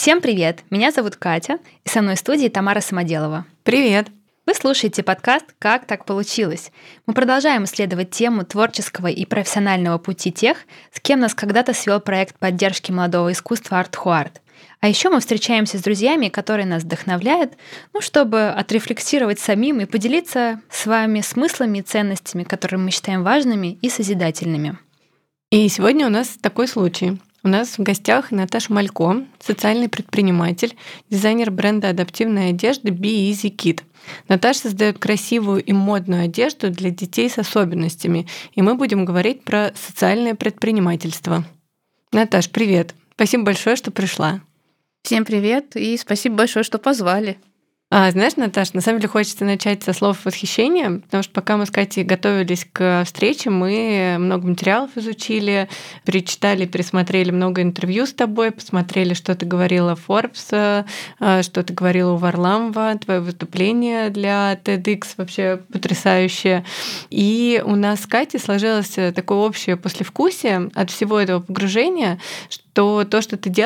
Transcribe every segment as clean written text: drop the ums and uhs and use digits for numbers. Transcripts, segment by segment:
Всем привет! Меня зовут Катя, и со мной в студии Тамара Самоделова. Привет! Вы слушаете подкаст «Как так получилось?». Мы продолжаем исследовать тему творческого и профессионального пути тех, с кем нас когда-то свел проект поддержки молодого искусства «Art2Art». А еще мы встречаемся с друзьями, которые нас вдохновляют, чтобы отрефлексировать самим и поделиться с вами смыслами и ценностями, которые мы считаем важными и созидательными. И сегодня у нас такой случай. У нас в гостях Наташа Малько, социальный предприниматель, дизайнер бренда адаптивной одежды Be Easy Kid. Наташа создает красивую и модную одежду для детей с особенностями, и мы будем говорить про социальное предпринимательство. Наташ, привет! Спасибо большое, что пришла. Всем привет и спасибо большое, что позвали. Знаешь, Наташа, на самом деле хочется начать со слов восхищения, потому что пока мы с Катей готовились к встрече, мы много материалов изучили, перечитали, пересмотрели много интервью с тобой, посмотрели, что ты говорила в Forbes, что ты говорила у Варламова, твое выступление для TEDx вообще потрясающее. И у нас с Катей сложилось такое общее послевкусие от всего этого погружения, что то, что ты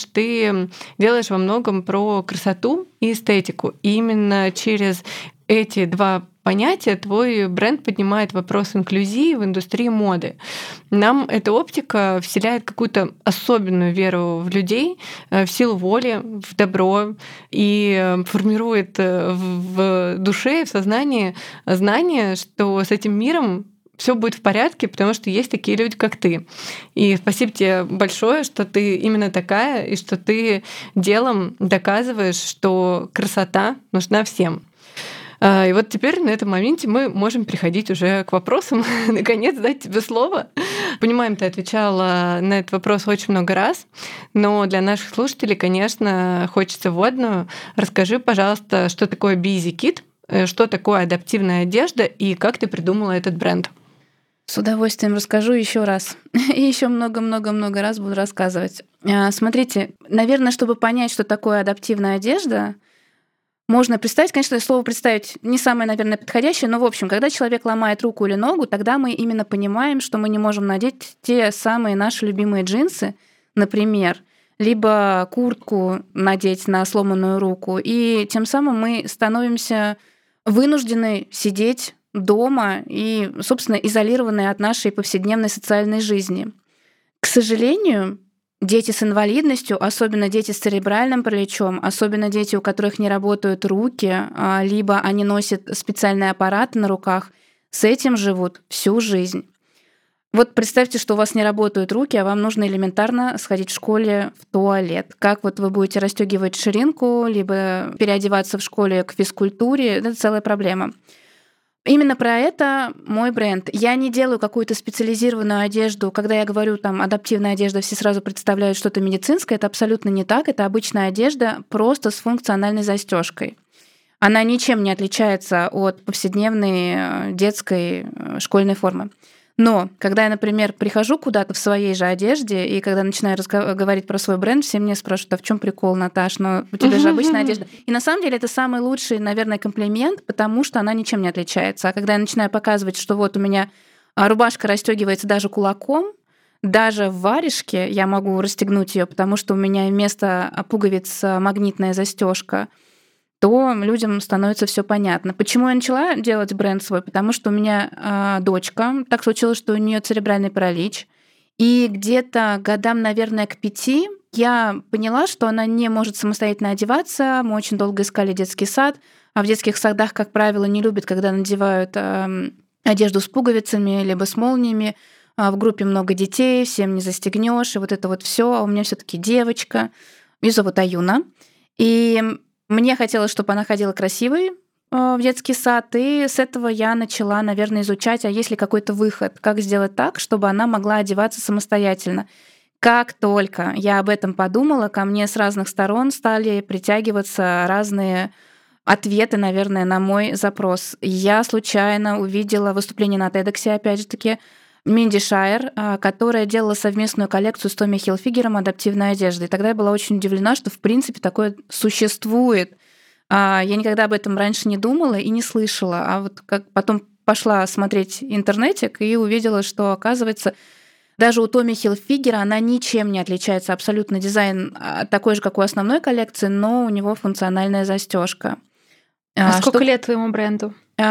делаешь во многом про красоту и эстетику. И именно через эти два понятия твой бренд поднимает вопрос инклюзии в индустрии моды. Нам эта оптика вселяет какую-то особенную веру в людей, в силу воли, в добро и формирует в душе и в сознании знание, что с этим миром все будет в порядке, потому что есть такие люди, как ты. И спасибо тебе большое, что ты именно такая, и что ты делом доказываешь, что красота нужна всем. И вот теперь на этом моменте мы можем переходить уже к вопросам. Наконец, дать тебе слово. Понимаем, ты отвечала на этот вопрос очень много раз, но для наших слушателей, конечно, хочется вводную. Расскажи, пожалуйста, что такое Be Easy Kid, что такое адаптивная одежда и как ты придумала этот бренд. С удовольствием расскажу еще раз. И еще много-много-много раз буду рассказывать. Смотрите, наверное, чтобы понять, что такое адаптивная одежда, можно представить, конечно, слово «представить» не самое, наверное, подходящее, но, в общем, когда человек ломает руку или ногу, тогда мы именно понимаем, что мы не можем надеть те самые наши любимые джинсы, например, либо куртку надеть на сломанную руку, и тем самым мы становимся вынуждены сидеть дома и, собственно, изолированные от нашей повседневной социальной жизни. К сожалению, дети с инвалидностью, особенно дети с церебральным параличом, особенно дети, у которых не работают руки, либо они носят специальные аппараты на руках, с этим живут всю жизнь. Вот представьте, что у вас не работают руки, а вам нужно элементарно сходить в школе в туалет. Как вот вы будете расстегивать ширинку, либо переодеваться в школе к физкультуре, это целая проблема. Именно про это мой бренд. Я не делаю какую-то специализированную одежду. Когда я говорю там адаптивная одежда, все сразу представляют что-то медицинское. Это абсолютно не так. Это обычная одежда просто с функциональной застежкой. Она ничем не отличается от повседневной детской школьной формы. Но когда я, например, прихожу куда-то в своей же одежде, и когда начинаю говорить про свой бренд, все меня спрашивают: а в чем прикол, Наташ? Но у тебя же обычная одежда. И на самом деле это самый лучший, наверное, комплимент, потому что она ничем не отличается. А когда я начинаю показывать, что вот у меня рубашка расстегивается даже кулаком, даже в варежке я могу расстегнуть ее, потому что у меня вместо пуговиц магнитная застежка, то людям становится все понятно. Почему я начала делать бренд свой? Потому что у меня дочка, так случилось, что у нее церебральный паралич, и где-то годам, наверное, к 5 я поняла, что она не может самостоятельно одеваться. Мы очень долго искали детский сад, а в детских садах, как правило, не любят, когда надевают одежду с пуговицами либо с молниями. В группе много детей, всем не застегнешь, и вот это вот все. А у меня все-таки девочка. Ее зовут Аюна. И мне хотелось, чтобы она ходила красивой в детский сад, и с этого я начала, наверное, изучать, а есть ли какой-то выход, как сделать так, чтобы она могла одеваться самостоятельно. Как только я об этом подумала, ко мне с разных сторон стали притягиваться разные ответы, наверное, на мой запрос. Я случайно увидела выступление на TEDx, опять же таки, Минди Шайер, которая делала совместную коллекцию с Томми Хилфигером адаптивной одежды. И тогда я была очень удивлена, что в принципе такое существует. Я никогда об этом раньше не думала и не слышала. А вот как потом пошла смотреть интернетик и увидела, что, оказывается, Даже у Томми Хилфигера она ничем не отличается. Абсолютно дизайн такой же, как у основной коллекции, но у него функциональная застежка. А сколько лет твоему бренду?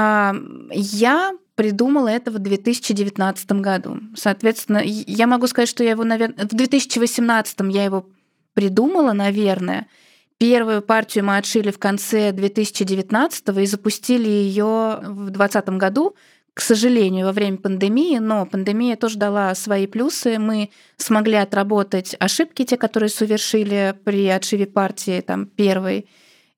Я придумала это в 2019 году. Соответственно, я могу сказать, что я его, наверное, в 2018 я его придумала, наверное. Первую партию мы отшили в конце 2019 и запустили ее в 2020 году, к сожалению, во время пандемии, но пандемия тоже дала свои плюсы. Мы смогли отработать ошибки, те, которые совершили при отшиве партии там, первой,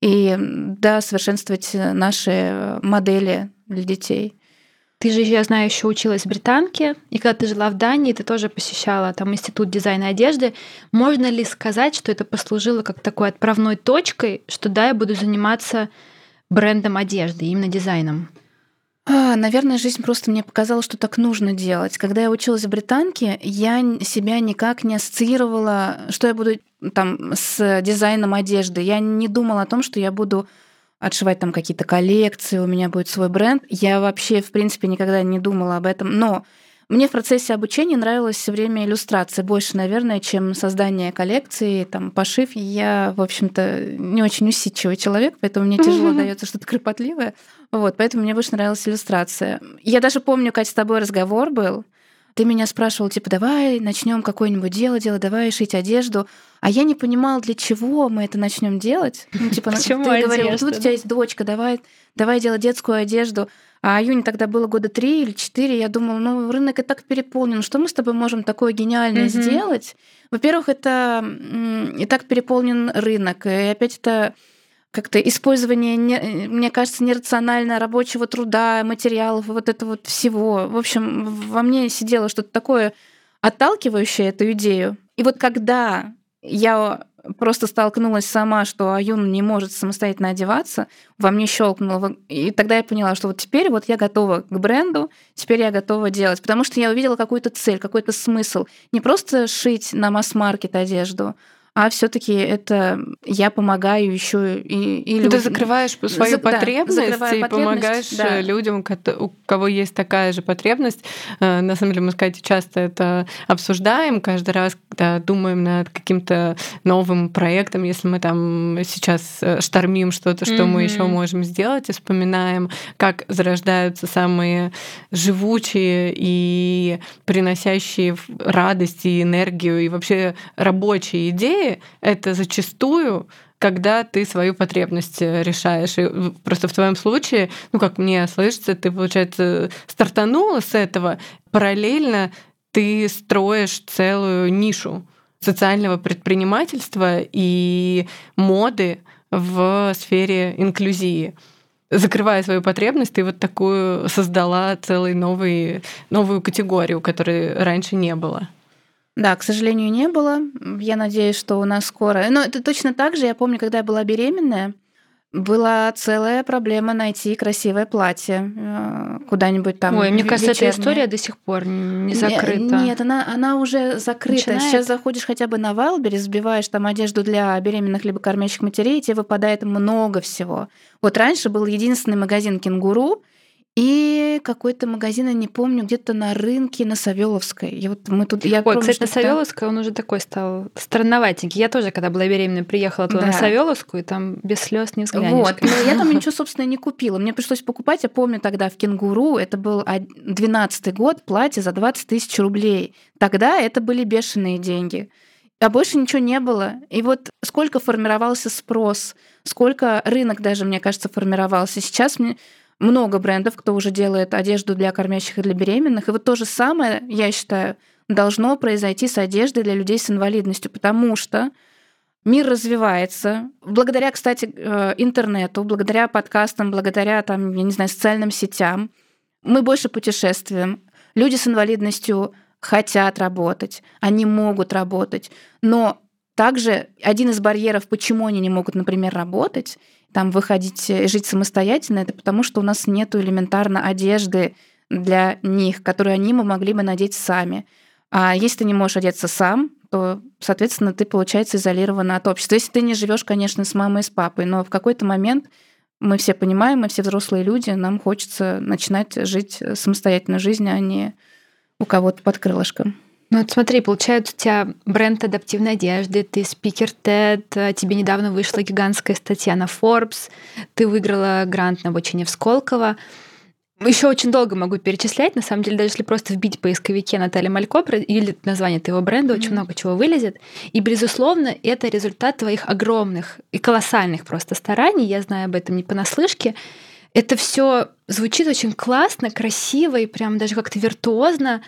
и совершенствовать наши модели для детей. Ты же, я знаю, еще училась в Британке, и когда ты жила в Дании, ты тоже посещала там Институт дизайна одежды. Можно ли сказать, что это послужило как такой отправной точкой, что я буду заниматься брендом одежды, именно дизайном? Наверное, жизнь просто мне показала, что так нужно делать. Когда я училась в Британке, я себя никак не ассоциировала, что я буду там с дизайном одежды. Я не думала о том, что я буду отшивать там какие-то коллекции, у меня будет свой бренд. Я вообще, в принципе, никогда не думала об этом. Но мне в процессе обучения нравилось все время иллюстрация больше, наверное, чем создание коллекции, там, пошив. Я, в общем-то, не очень усидчивый человек, поэтому мне тяжело дается что-то кропотливое. Поэтому мне больше нравилась иллюстрация. Я даже помню, Катя, с тобой разговор был. Ты меня спрашивал, типа, давай начнем какое-нибудь дело, давай шить одежду. А я не понимала, для чего мы это начнем делать. Ты говорил, вот у тебя есть дочка, давай делать детскую одежду. А Юне тогда было года 3 или 4. Я думала, рынок и так переполнен. Что мы с тобой можем такое гениальное сделать? Во-первых, это и так переполнен рынок. И опять это как-то использование, мне кажется, нерационально рабочего труда, материалов, вот это вот всего. В общем, во мне сидело что-то такое отталкивающее эту идею. И вот когда я просто столкнулась сама, что Аюн не может самостоятельно одеваться, во мне щелкнуло. И тогда я поняла, что вот теперь вот я готова к бренду, теперь я готова делать. Потому что я увидела какую-то цель, какой-то смысл. Не просто шить на масс-маркет одежду, а все-таки это я помогаю еще и ты закрываешь свою потребность и помогаешь людям, у кого есть такая же потребность. На самом деле мы с Катей часто это обсуждаем каждый раз, когда думаем над каким-то новым проектом, если мы там сейчас штормим что-то, что мы еще можем сделать, и вспоминаем, как зарождаются самые живучие и приносящие радость и энергию и вообще рабочие идеи. Это зачастую, когда ты свою потребность решаешь. И просто в твоем случае, как мне слышится, ты, получается, стартанула с этого, параллельно ты строишь целую нишу социального предпринимательства и моды в сфере инклюзии. Закрывая свою потребность, ты вот такую создала целую новую категорию, которой раньше не было. Да, к сожалению, не было. Я надеюсь, что у нас скоро... Но это точно так же. Я помню, когда я была беременная, была целая проблема найти красивое платье куда-нибудь там. Ой, мне кажется, эта история до сих пор не закрыта. Нет, она уже закрыта. Начинает. Сейчас заходишь хотя бы на Wildberries, сбиваешь там одежду для беременных либо кормящих матерей, и тебе выпадает много всего. Вот раньше был единственный магазин «Кенгуру», и какой-то магазин, я не помню, где-то на рынке на Савёловской. И вот мы тут... Кстати, на Савёловской он уже такой стал странноватенький. Я тоже, когда была беременна, приехала туда на Савёловскую, и там без слез не взглянешь. Вот. Но я там ничего, собственно, не купила. Мне пришлось покупать, я помню тогда в «Кенгуру», это был 12-й год, платье за 20 000 рублей. Тогда это были бешеные деньги. А больше ничего не было. И вот сколько формировался спрос, сколько рынок даже, мне кажется, формировался. Сейчас мне... Много брендов, кто уже делает одежду для кормящих и для беременных. И вот то же самое, я считаю, должно произойти с одеждой для людей с инвалидностью, потому что мир развивается. Благодаря, кстати, интернету, благодаря подкастам, благодаря там, я не знаю, социальным сетям мы больше путешествуем. Люди с инвалидностью хотят работать, они могут работать. Но также один из барьеров, почему они не могут, например, работать, там выходить и жить самостоятельно, это потому, что у нас нет элементарно одежды для них, которую они могли бы надеть сами. А если ты не можешь одеться сам, то, соответственно, ты, получается, изолирован от общества. Если ты не живешь, конечно, с мамой и с папой, но в какой-то момент мы все понимаем, мы все взрослые люди, нам хочется начинать жить самостоятельную жизнь, а не у кого-то под крылышком. Ну вот смотри, получается, у тебя бренд адаптивной одежды, ты спикер TED, тебе недавно вышла гигантская статья на Forbes, ты выиграла грант на обучение в Сколково. Еще очень долго могу перечислять. На самом деле, даже если просто вбить в поисковике Наталья Малько или название твоего бренда, очень много чего вылезет. И, безусловно, это результат твоих огромных и колоссальных просто стараний. Я знаю об этом не понаслышке. Это все звучит очень классно, красиво и прям даже как-то виртуозно.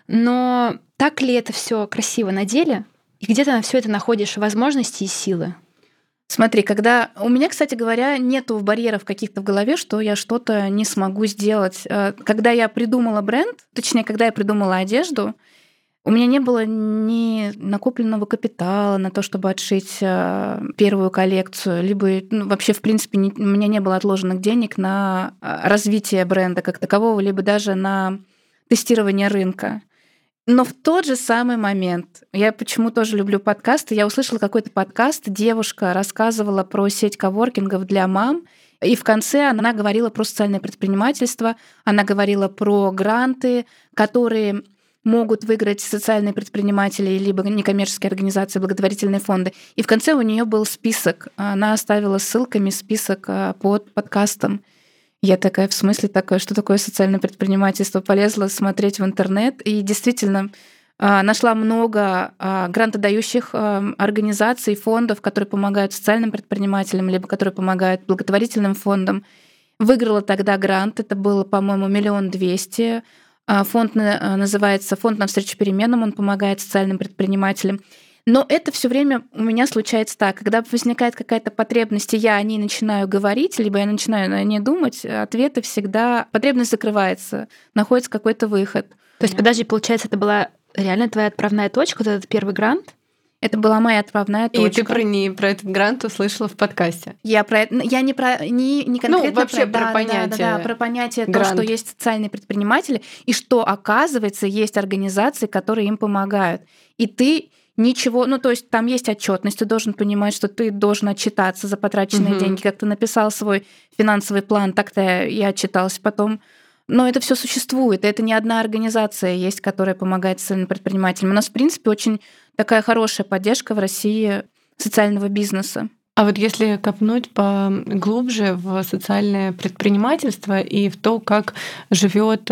Но так ли это все красиво на деле? И где ты на все это находишь возможности и силы? Смотри, когда у меня, кстати говоря, нету барьеров каких-то в голове, что я что-то не смогу сделать. Когда я придумала бренд, точнее, когда я придумала одежду, у меня не было ни накопленного капитала на то, чтобы отшить первую коллекцию, либо вообще, в принципе, у меня не было отложенных денег на развитие бренда как такового, либо даже на тестирование рынка. Но в тот же самый момент, я почему тоже люблю подкасты, я услышала какой-то подкаст, девушка рассказывала про сеть коворкингов для мам, и в конце она говорила про социальное предпринимательство, она говорила про гранты, которые могут выиграть социальные предприниматели либо некоммерческие организации, благотворительные фонды. И в конце у нее был список, она оставила ссылками список под подкастом. Я такая, в смысле такое, что такое социальное предпринимательство? Полезла смотреть в интернет и действительно нашла много грантодающих организаций, фондов, которые помогают социальным предпринимателям, либо которые помогают благотворительным фондам. Выиграла тогда грант, это было, по-моему, 1 200 000. Фонд называется «Фонд навстречу переменам», он помогает социальным предпринимателям. Но это все время у меня случается так. Когда возникает какая-то потребность, и я о ней начинаю говорить, либо я начинаю о ней думать, ответы всегда... Потребность закрывается, находится какой-то выход. То есть, подожди, получается, это была реально твоя отправная точка, вот этот первый грант? Это была моя отправная точка. И ты про этот грант услышала в подкасте. Я не конкретно вообще про понятие. Про понятие того, что есть социальные предприниматели, и что, оказывается, есть организации, которые им помогают. И ты ничего, то есть там есть отчетность, ты должен понимать, что ты должен отчитаться за потраченные деньги, как ты написал свой финансовый план, так-то и отчитался потом. Но это все существует, и это не одна организация есть, которая помогает социальным предпринимателям. У нас, в принципе, очень такая хорошая поддержка в России социального бизнеса. А вот если копнуть поглубже в социальное предпринимательство и в то, как живет,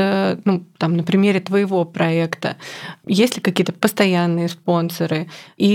на примере твоего проекта, есть ли какие-то постоянные спонсоры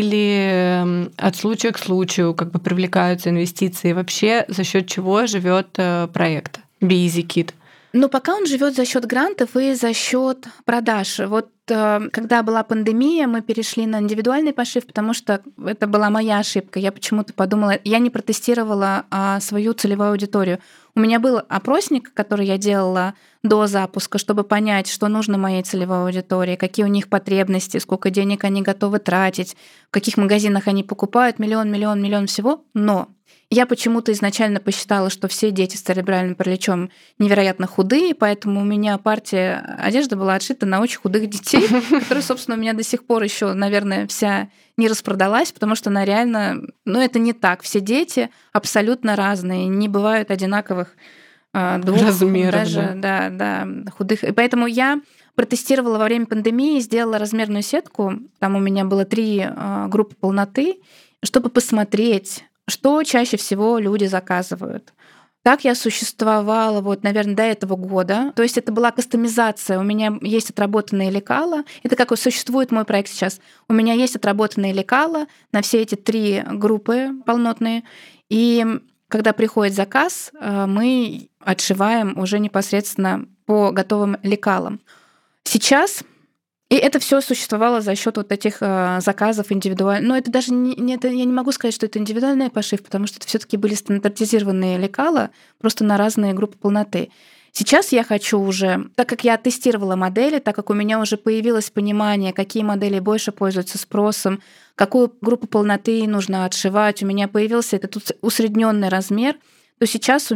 или от случая к случаю привлекаются инвестиции, вообще за счет чего живет проект BeezyKit? Пока он живет за счет грантов и за счет продаж. Вот когда была пандемия, мы перешли на индивидуальный пошив, потому что это была моя ошибка. Я почему-то подумала, я не протестировала свою целевую аудиторию. У меня был опросник, который я делала до запуска, чтобы понять, что нужно моей целевой аудитории, какие у них потребности, сколько денег они готовы тратить, в каких магазинах они покупают, миллион всего. Но я почему-то изначально посчитала, что все дети с церебральным параличом невероятно худые, поэтому у меня партия одежды была отшита на очень худых детей, которая, собственно, у меня до сих пор еще, наверное, вся не распродалась, потому что она реально... это не так. Все дети абсолютно разные, не бывают одинаковых двух размеров, даже, худых. И поэтому я протестировала во время пандемии, сделала размерную сетку, там у меня было 3 группы полноты, чтобы посмотреть, что чаще всего люди заказывают. Так я существовала, наверное, до этого года. То есть это была кастомизация. У меня есть отработанные лекала. Это как существует мой проект сейчас. У меня есть отработанные лекала на все эти 3 группы полнотные. И когда приходит заказ, мы отшиваем уже непосредственно по готовым лекалам. Сейчас и это все существовало за счет этих заказов индивидуальных. Но это даже я не могу сказать, что это индивидуальный пошив, потому что это все-таки были стандартизированные лекала просто на разные группы полноты. Сейчас я хочу уже, так как я тестировала модели, так как у меня уже появилось понимание, какие модели больше пользуются спросом, какую группу полноты нужно отшивать, у меня появился этот усредненный размер, то сейчас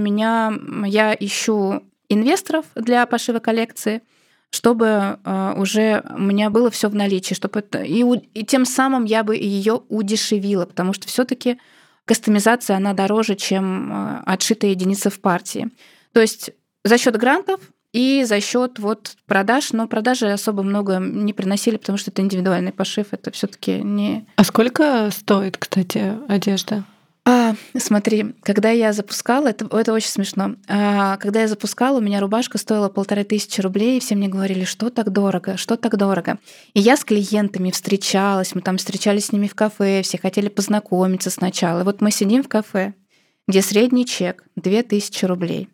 я ищу инвесторов для пошива коллекции, чтобы уже у меня было все в наличии, чтобы и тем самым я бы ее удешевила, потому что все-таки кастомизация она дороже, чем отшитая единица в партии. То есть за счет грантов и за счет вот продаж, но продажи особо много не приносили, потому что это индивидуальный пошив, это все-таки не... А сколько стоит, кстати, одежда? Смотри, когда я запускала, это очень смешно. Когда я запускала, у меня рубашка стоила 1500 рублей, и все мне говорили, что так дорого, что так дорого. И я с клиентами встречалась, мы там встречались с ними в кафе, все хотели познакомиться сначала. И вот мы сидим в кафе, где средний чек 2000 рублей,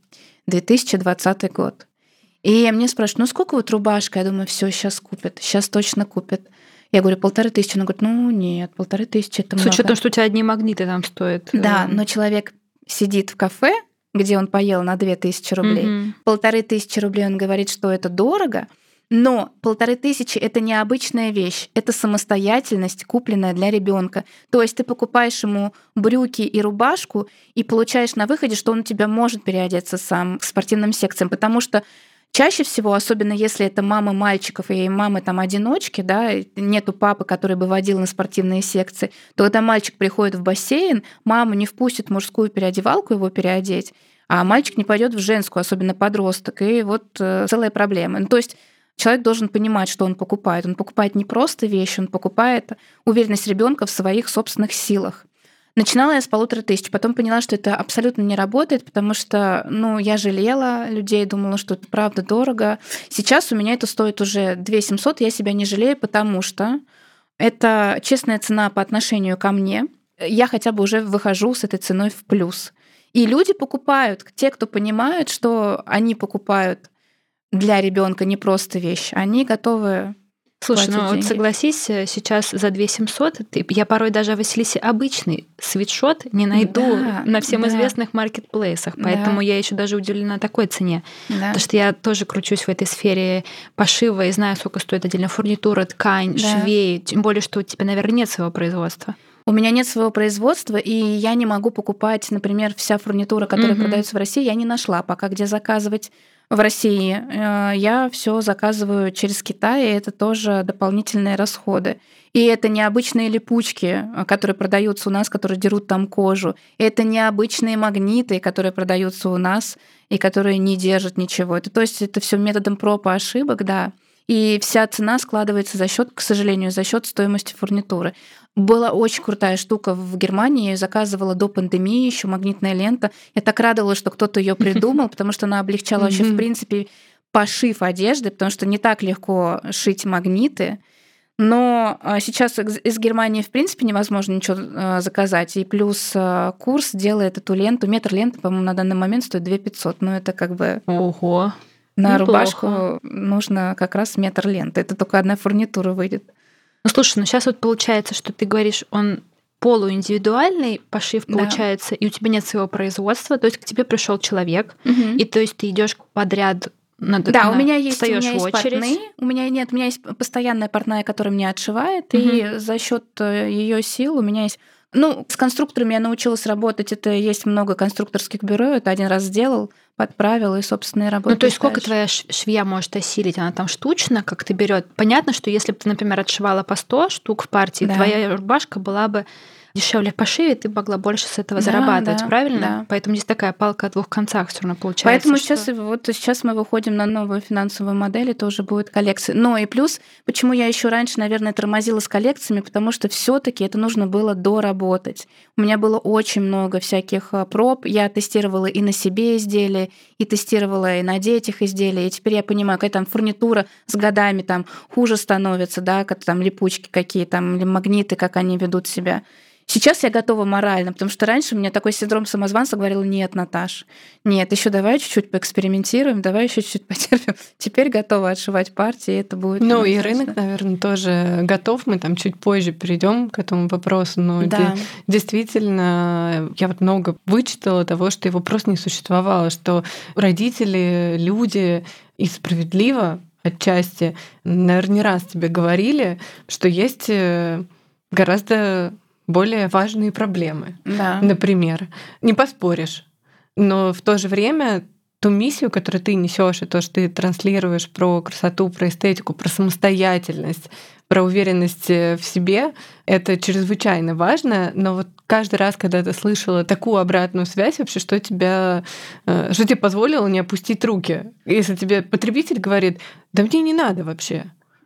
2020 год. И мне спрашивают, ну сколько вот рубашка? Я думаю, все, сейчас купят, сейчас точно купят. Я говорю, 1500. Она говорит, ну нет, 1500 это много. С учетом, что у тебя одни магниты там стоят. Да, но человек сидит в кафе, где он поел на 2000 рублей. 1500 рублей он говорит, что это дорого, но 1500 это необычная вещь, это самостоятельность, купленная для ребенка. То есть ты покупаешь ему брюки и рубашку и получаешь на выходе, что он у тебя может переодеться сам к спортивным секциям, потому что чаще всего, особенно если это мамы мальчиков и мамы там одиночки, да, нету папы, который бы водил на спортивные секции, то когда мальчик приходит в бассейн, мама не впустит в мужскую переодевалку его переодеть, а мальчик не пойдет в женскую, особенно подросток, и вот целая проблема. Ну, то есть человек должен понимать, что он покупает. Он покупает не просто вещи, он покупает уверенность ребенка в своих собственных силах. Начинала я с 1500, потом поняла, что это абсолютно не работает, потому что, я жалела людей, думала, что это правда дорого. Сейчас у меня это стоит уже 2700, я себя не жалею, потому что это честная цена по отношению ко мне. Я хотя бы уже выхожу с этой ценой в плюс. И люди покупают, те, кто понимают, что они покупают для ребенка не просто вещь, они готовы. Слушай, вот согласись, сейчас за 2700 я порой даже в Василисе обычный свитшот не найду на всем известных маркетплейсах, поэтому я еще даже удивлена такой цене. Потому что я тоже кручусь в этой сфере пошива и знаю, сколько стоит отдельно фурнитура, ткань, швей, тем более, что у тебя, наверное, нет своего производства. У меня нет своего производства, и я не могу покупать, например, вся фурнитура, которая продается в России, я не нашла пока, где заказывать в России. Я все заказываю через Китай, и это тоже дополнительные расходы. И это необычные липучки, которые продаются у нас, которые дерут там кожу. Это необычные магниты, которые продаются у нас и которые не держат ничего. То есть это все методом проб и ошибок, да. И вся цена складывается к сожалению, за счет стоимости фурнитуры. Была очень крутая штука в Германии, я ее заказывала до пандемии, еще магнитная лента. Я так радовалась, что кто-то ее придумал, потому что она облегчала вообще, в принципе, пошив одежды, потому что не так легко шить магниты. Но сейчас из Германии, в принципе, невозможно ничего заказать. И плюс курс делает эту ленту. Метр ленты, по-моему, на данный момент стоит 2500. Но это как бы... Ого! На рубашку нужно как раз метр ленты. Это только одна фурнитура выйдет. Ну, слушай, сейчас вот получается, что ты говоришь, он полуиндивидуальный пошив получается, и у тебя нет своего производства, то есть к тебе пришел человек, и то есть ты идешь подряд. У меня есть портные. У меня есть постоянная портная, которая меня отшивает, и за счет ее сил у меня есть. С конструкторами я научилась работать. Это есть много конструкторских бюро. Это один раз сделал, подправил и, собственно, и работаю. То есть сколько твоя швея может осилить? Она там штучно как-то берет? Понятно, что если бы ты, например, отшивала по 100 штук в партии, твоя рубашка была бы дешевле в пошиве, ты могла больше с этого зарабатывать, правильно? Да. Поэтому здесь такая палка о двух концах всё равно получается. Поэтому сейчас мы выходим на новую финансовую модель, и тоже будет коллекция. Но и плюс, почему я еще раньше, наверное, тормозила с коллекциями, потому что все-таки это нужно было доработать. У меня было очень много всяких проб. Я тестировала и на себе изделия, и тестировала и на детях изделия. И теперь я понимаю, какая там фурнитура с годами там хуже становится, да, как там липучки какие там, или магниты, как они ведут себя. Сейчас я готова морально, потому что раньше у меня такой синдром самозванца говорил: нет, Наташ, нет, еще давай чуть-чуть поэкспериментируем, давай еще чуть-чуть потерпим. Теперь готова отшивать партии, это будет... и рынок, наверное, тоже готов. Мы там чуть позже перейдем к этому вопросу, но действительно, я вот много вычитала того, что его просто не существовало, что родители, люди, и справедливо отчасти, наверное, не раз тебе говорили, что есть гораздо более важные проблемы. Да. Например, не поспоришь, но в то же время ту миссию, которую ты несешь, и то, что ты транслируешь про красоту, про эстетику, про самостоятельность, про уверенность в себе, это чрезвычайно важно. Но вот каждый раз, когда ты слышала такую обратную связь, вообще, что тебе позволило не опустить руки? Если тебе потребитель говорит, да мне не надо вообще.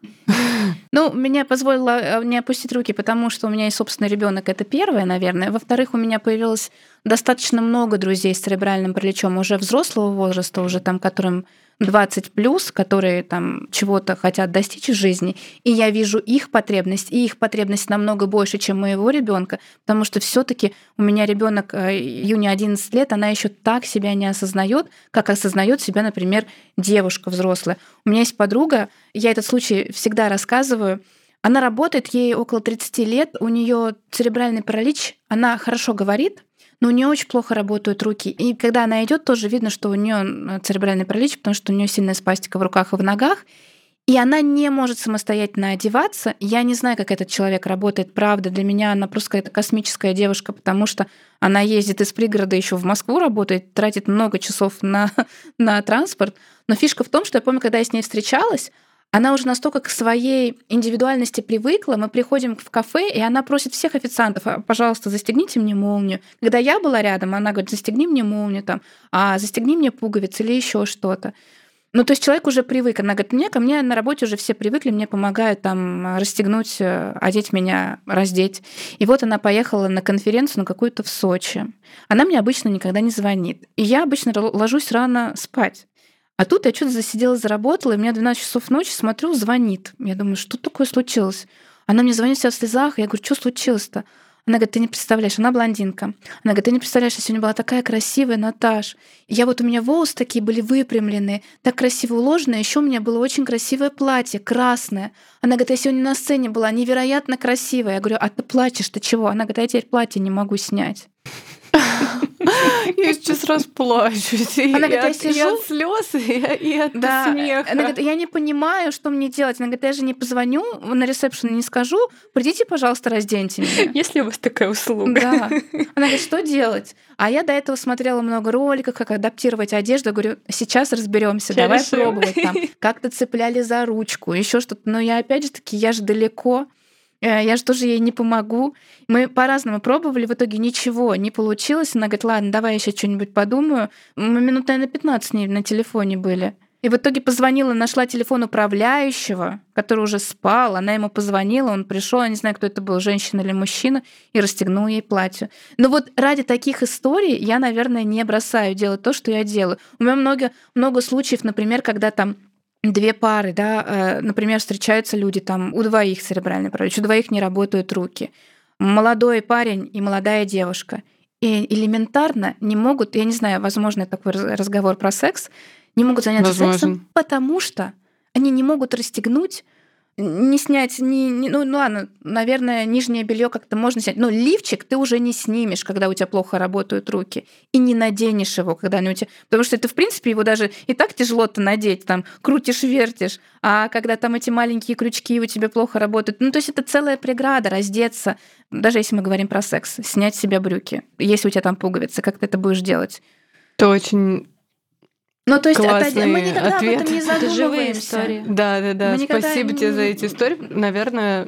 Ну, меня позволило не опустить руки, потому что у меня есть собственный ребенок. Это первое, наверное. Во-вторых, у меня появилось достаточно много друзей с церебральным параличом уже взрослого возраста, уже там, которым 20+, которые там чего-то хотят достичь в жизни, и я вижу их потребность, и их потребность намного больше, чем моего ребенка, потому что все-таки у меня ребенок Юне 11 лет, она еще так себя не осознает, как осознает себя, например, девушка взрослая. У меня есть подруга, я этот случай всегда рассказываю. Она работает, ей около 30 лет, у нее церебральный паралич, она хорошо говорит, но у нее очень плохо работают руки. И когда она идет, тоже видно, что у нее церебральный паралич, потому что у нее сильная спастика в руках и в ногах. И она не может самостоятельно одеваться. Я не знаю, как этот человек работает, правда. Для меня она просто какая-то космическая девушка, потому что она ездит из пригорода еще в Москву, работает, тратит много часов на транспорт. Но фишка в том, что я помню, когда я с ней встречалась, она уже настолько к своей индивидуальности привыкла. Мы приходим в кафе, и она просит всех официантов: пожалуйста, застегните мне молнию. Когда я была рядом, она говорит: застегни мне молнию, там, застегни мне пуговицы или еще что-то. Ну, то есть человек уже привык. Она говорит: ко мне на работе уже все привыкли, мне помогают там расстегнуть, одеть меня, раздеть. И вот она поехала на конференцию на какую-то в Сочи. Она мне обычно никогда не звонит. И я обычно ложусь рано спать. А тут я что-то засиделась, заработала, и у меня 12 часов ночи, смотрю, звонит. Я думаю, что такое случилось? Она мне звонит вся в слезах, я говорю: что случилось-то? Она говорит: ты не представляешь, она блондинка. Она говорит: ты не представляешь, я сегодня была такая красивая, Наташ. У меня волосы такие были выпрямленные, так красиво уложены. Еще у меня было очень красивое платье, красное. Она говорит: я сегодня на сцене была невероятно красивая. Я говорю: а ты плачешь-то чего? Она говорит: а я теперь платье не могу снять. Я сейчас расплачусь. Она говорит: я сижу... от слез и от смеха. Она говорит: я не понимаю, что мне делать. Она говорит: я же не позвоню на ресепшн и не скажу: придите, пожалуйста, разденьте меня. Есть ли у вас такая услуга? Да. Она говорит: что делать? А я до этого смотрела много роликов, как адаптировать одежду. Я говорю: сейчас разберемся, давай пробовать там. Как-то цепляли за ручку, еще что-то. Но я опять же таки, я же далеко. Я же тоже ей не помогу. Мы по-разному пробовали, в итоге ничего не получилось. Она говорит: ладно, давай я еще что-нибудь подумаю. Мы минут, наверное, 15 с ней на телефоне были. И в итоге позвонила, нашла телефон управляющего, который уже спал. Она ему позвонила, он пришел, я не знаю, кто это был, женщина или мужчина, и расстегнул ей платье. Но вот ради таких историй я, наверное, не бросаю делать то, что я делаю. У меня много случаев, например, когда там две пары, да, например, встречаются люди, там у двоих церебральный паралич, у двоих не работают руки. Молодой парень и молодая девушка. И элементарно не могут, я не знаю, возможно, такой разговор про секс, не могут заняться сексом, потому что они не могут расстегнуть, не снять, ну ладно, наверное, нижнее белье как-то можно снять, но лифчик ты уже не снимешь, когда у тебя плохо работают руки, и не наденешь его, когда они у тебя... Потому что это, в принципе, его даже и так тяжело-то надеть, там, крутишь, вертишь, а когда там эти маленькие крючки у тебя плохо работают, ну, то есть это целая преграда раздеться, даже если мы говорим про секс, снять с себя брюки, если у тебя там пуговицы, как ты это будешь делать? Это очень... Ну, то есть мы никогда ответ. об этом не задумываемся. Живые истории. Да. Спасибо тебе за эти истории. Наверное,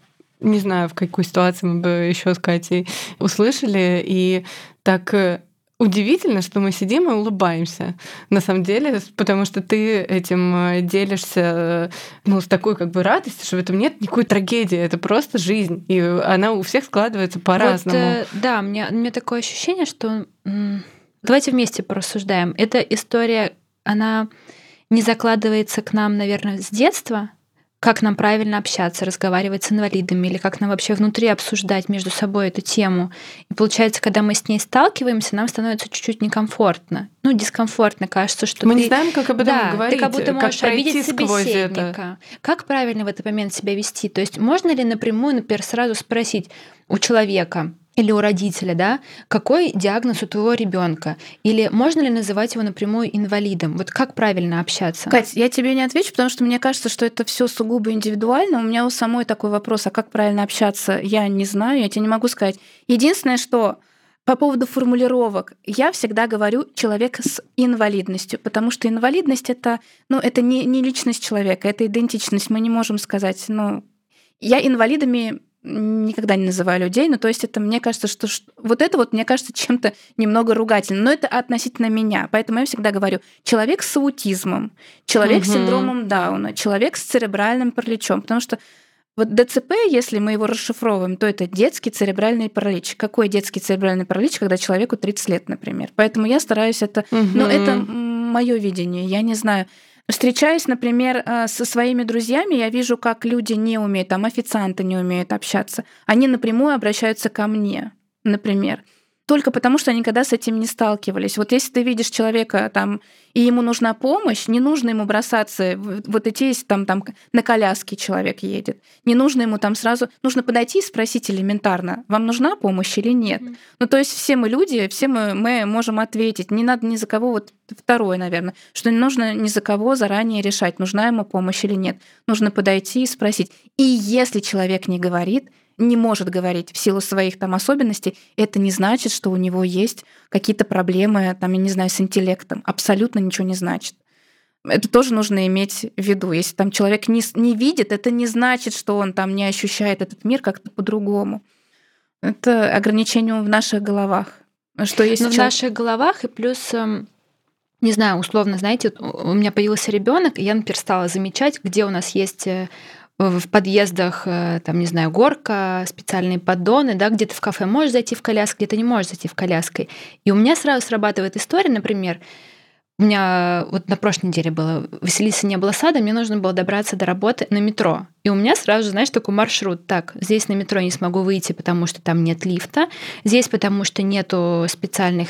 не знаю, в какой ситуации мы бы еще с Катей услышали. И так удивительно, что мы сидим и улыбаемся. На самом деле, потому что ты этим делишься с такой как бы радостью, что в этом нет никакой трагедии. Это просто жизнь. И она у всех складывается по-разному. Вот, да, у меня такое ощущение, что... Давайте вместе порассуждаем. Эта история, она не закладывается к нам, наверное, с детства, как нам правильно общаться, разговаривать с инвалидами, или как нам вообще внутри обсуждать между собой эту тему. И получается, когда мы с ней сталкиваемся, нам становится чуть-чуть некомфортно. Дискомфортно, кажется, что мы не знаем, как об этом говорить, ты как будто можешь обидеть собеседника. Это. Как правильно в этот момент себя вести? То есть можно ли напрямую, например, сразу спросить у человека, или у родителя, да, какой диагноз у твоего ребенка? Или можно ли называть его напрямую инвалидом? Вот как правильно общаться? Кать, я тебе не отвечу, потому что мне кажется, что это все сугубо индивидуально. У меня у самой такой вопрос: а как правильно общаться, я не знаю, я тебе не могу сказать. Единственное, что По поводу формулировок. Я всегда говорю «человек с инвалидностью», потому что инвалидность — это не личность человека, это идентичность. Мы не можем сказать, я инвалидами никогда не называю людей, то есть это, мне кажется, что вот это вот, мне кажется, чем-то немного ругательным, но это относительно меня. Поэтому я всегда говорю человек с аутизмом, человек с синдромом Дауна, человек с церебральным параличом, потому что вот ДЦП, если мы его расшифровываем, то это детский церебральный паралич. Какой детский церебральный паралич, когда человеку 30 лет, например? Поэтому я стараюсь это... это мое видение, я не знаю. Встречаясь, например, со своими друзьями, я вижу, как люди не умеют, официанты не умеют общаться. Они напрямую обращаются ко мне, например. Только потому, что они никогда с этим не сталкивались. Вот если ты видишь человека и ему нужна помощь, не нужно ему бросаться, вот идти, там на коляске человек едет. Не нужно ему сразу... Нужно подойти и спросить элементарно, вам нужна помощь или нет. То есть все мы люди, все мы можем ответить. Не надо ни за кого... Второе, наверное, что не нужно ни за кого заранее решать, нужна ему помощь или нет. Нужно подойти и спросить. И если человек не может говорить в силу своих особенностей, это не значит, что у него есть какие-то проблемы, я не знаю, с интеллектом. Абсолютно ничего не значит. Это тоже нужно иметь в виду. Если человек не видит, это не значит, что он не ощущает этот мир как-то по-другому. Это ограничение в наших головах. Что есть в наших головах, и плюс, не знаю, условно, знаете, у меня появился ребенок, и я, например, стала замечать, где у нас есть в подъездах, не знаю, горка, специальные поддоны, да, где ты в кафе можешь зайти в коляске, где ты не можешь зайти в коляской. И у меня сразу срабатывает история, например, у меня вот на прошлой неделе было, в Василисе не было сада, мне нужно было добраться до работы на метро. И у меня сразу же, знаешь, такой маршрут. Так, здесь на метро я не смогу выйти, потому что там нет лифта, здесь потому что нету специальных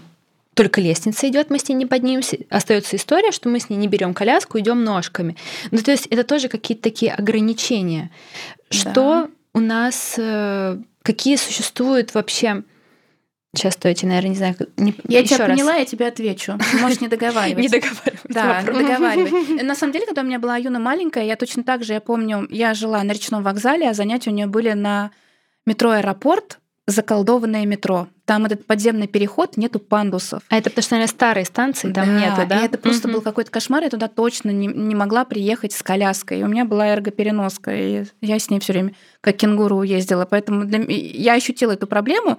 только лестница идет, мы с ней не поднимемся. Остается история, что мы с ней не берем коляску, идем ножками. То есть это тоже какие-то такие ограничения. Да. Что у нас, какие существуют вообще... Сейчас, стойте, наверное, не знаю. Я тебя поняла, я тебе отвечу. Можешь не договаривать. Не договаривать. Да, договаривай. На самом деле, когда у меня была Аюна маленькая, я точно так же, я помню, я жила на речном вокзале, а занятия у нее были на метро «Аэропорт», заколдованное метро. Там этот подземный переход, нету пандусов. А это потому что, наверное, старые станции там нету, да? И это просто был какой-то кошмар. Я туда точно не могла приехать с коляской. И у меня была эргопереноска, и я с ней все время как кенгуру ездила. Поэтому я ощутила эту проблему.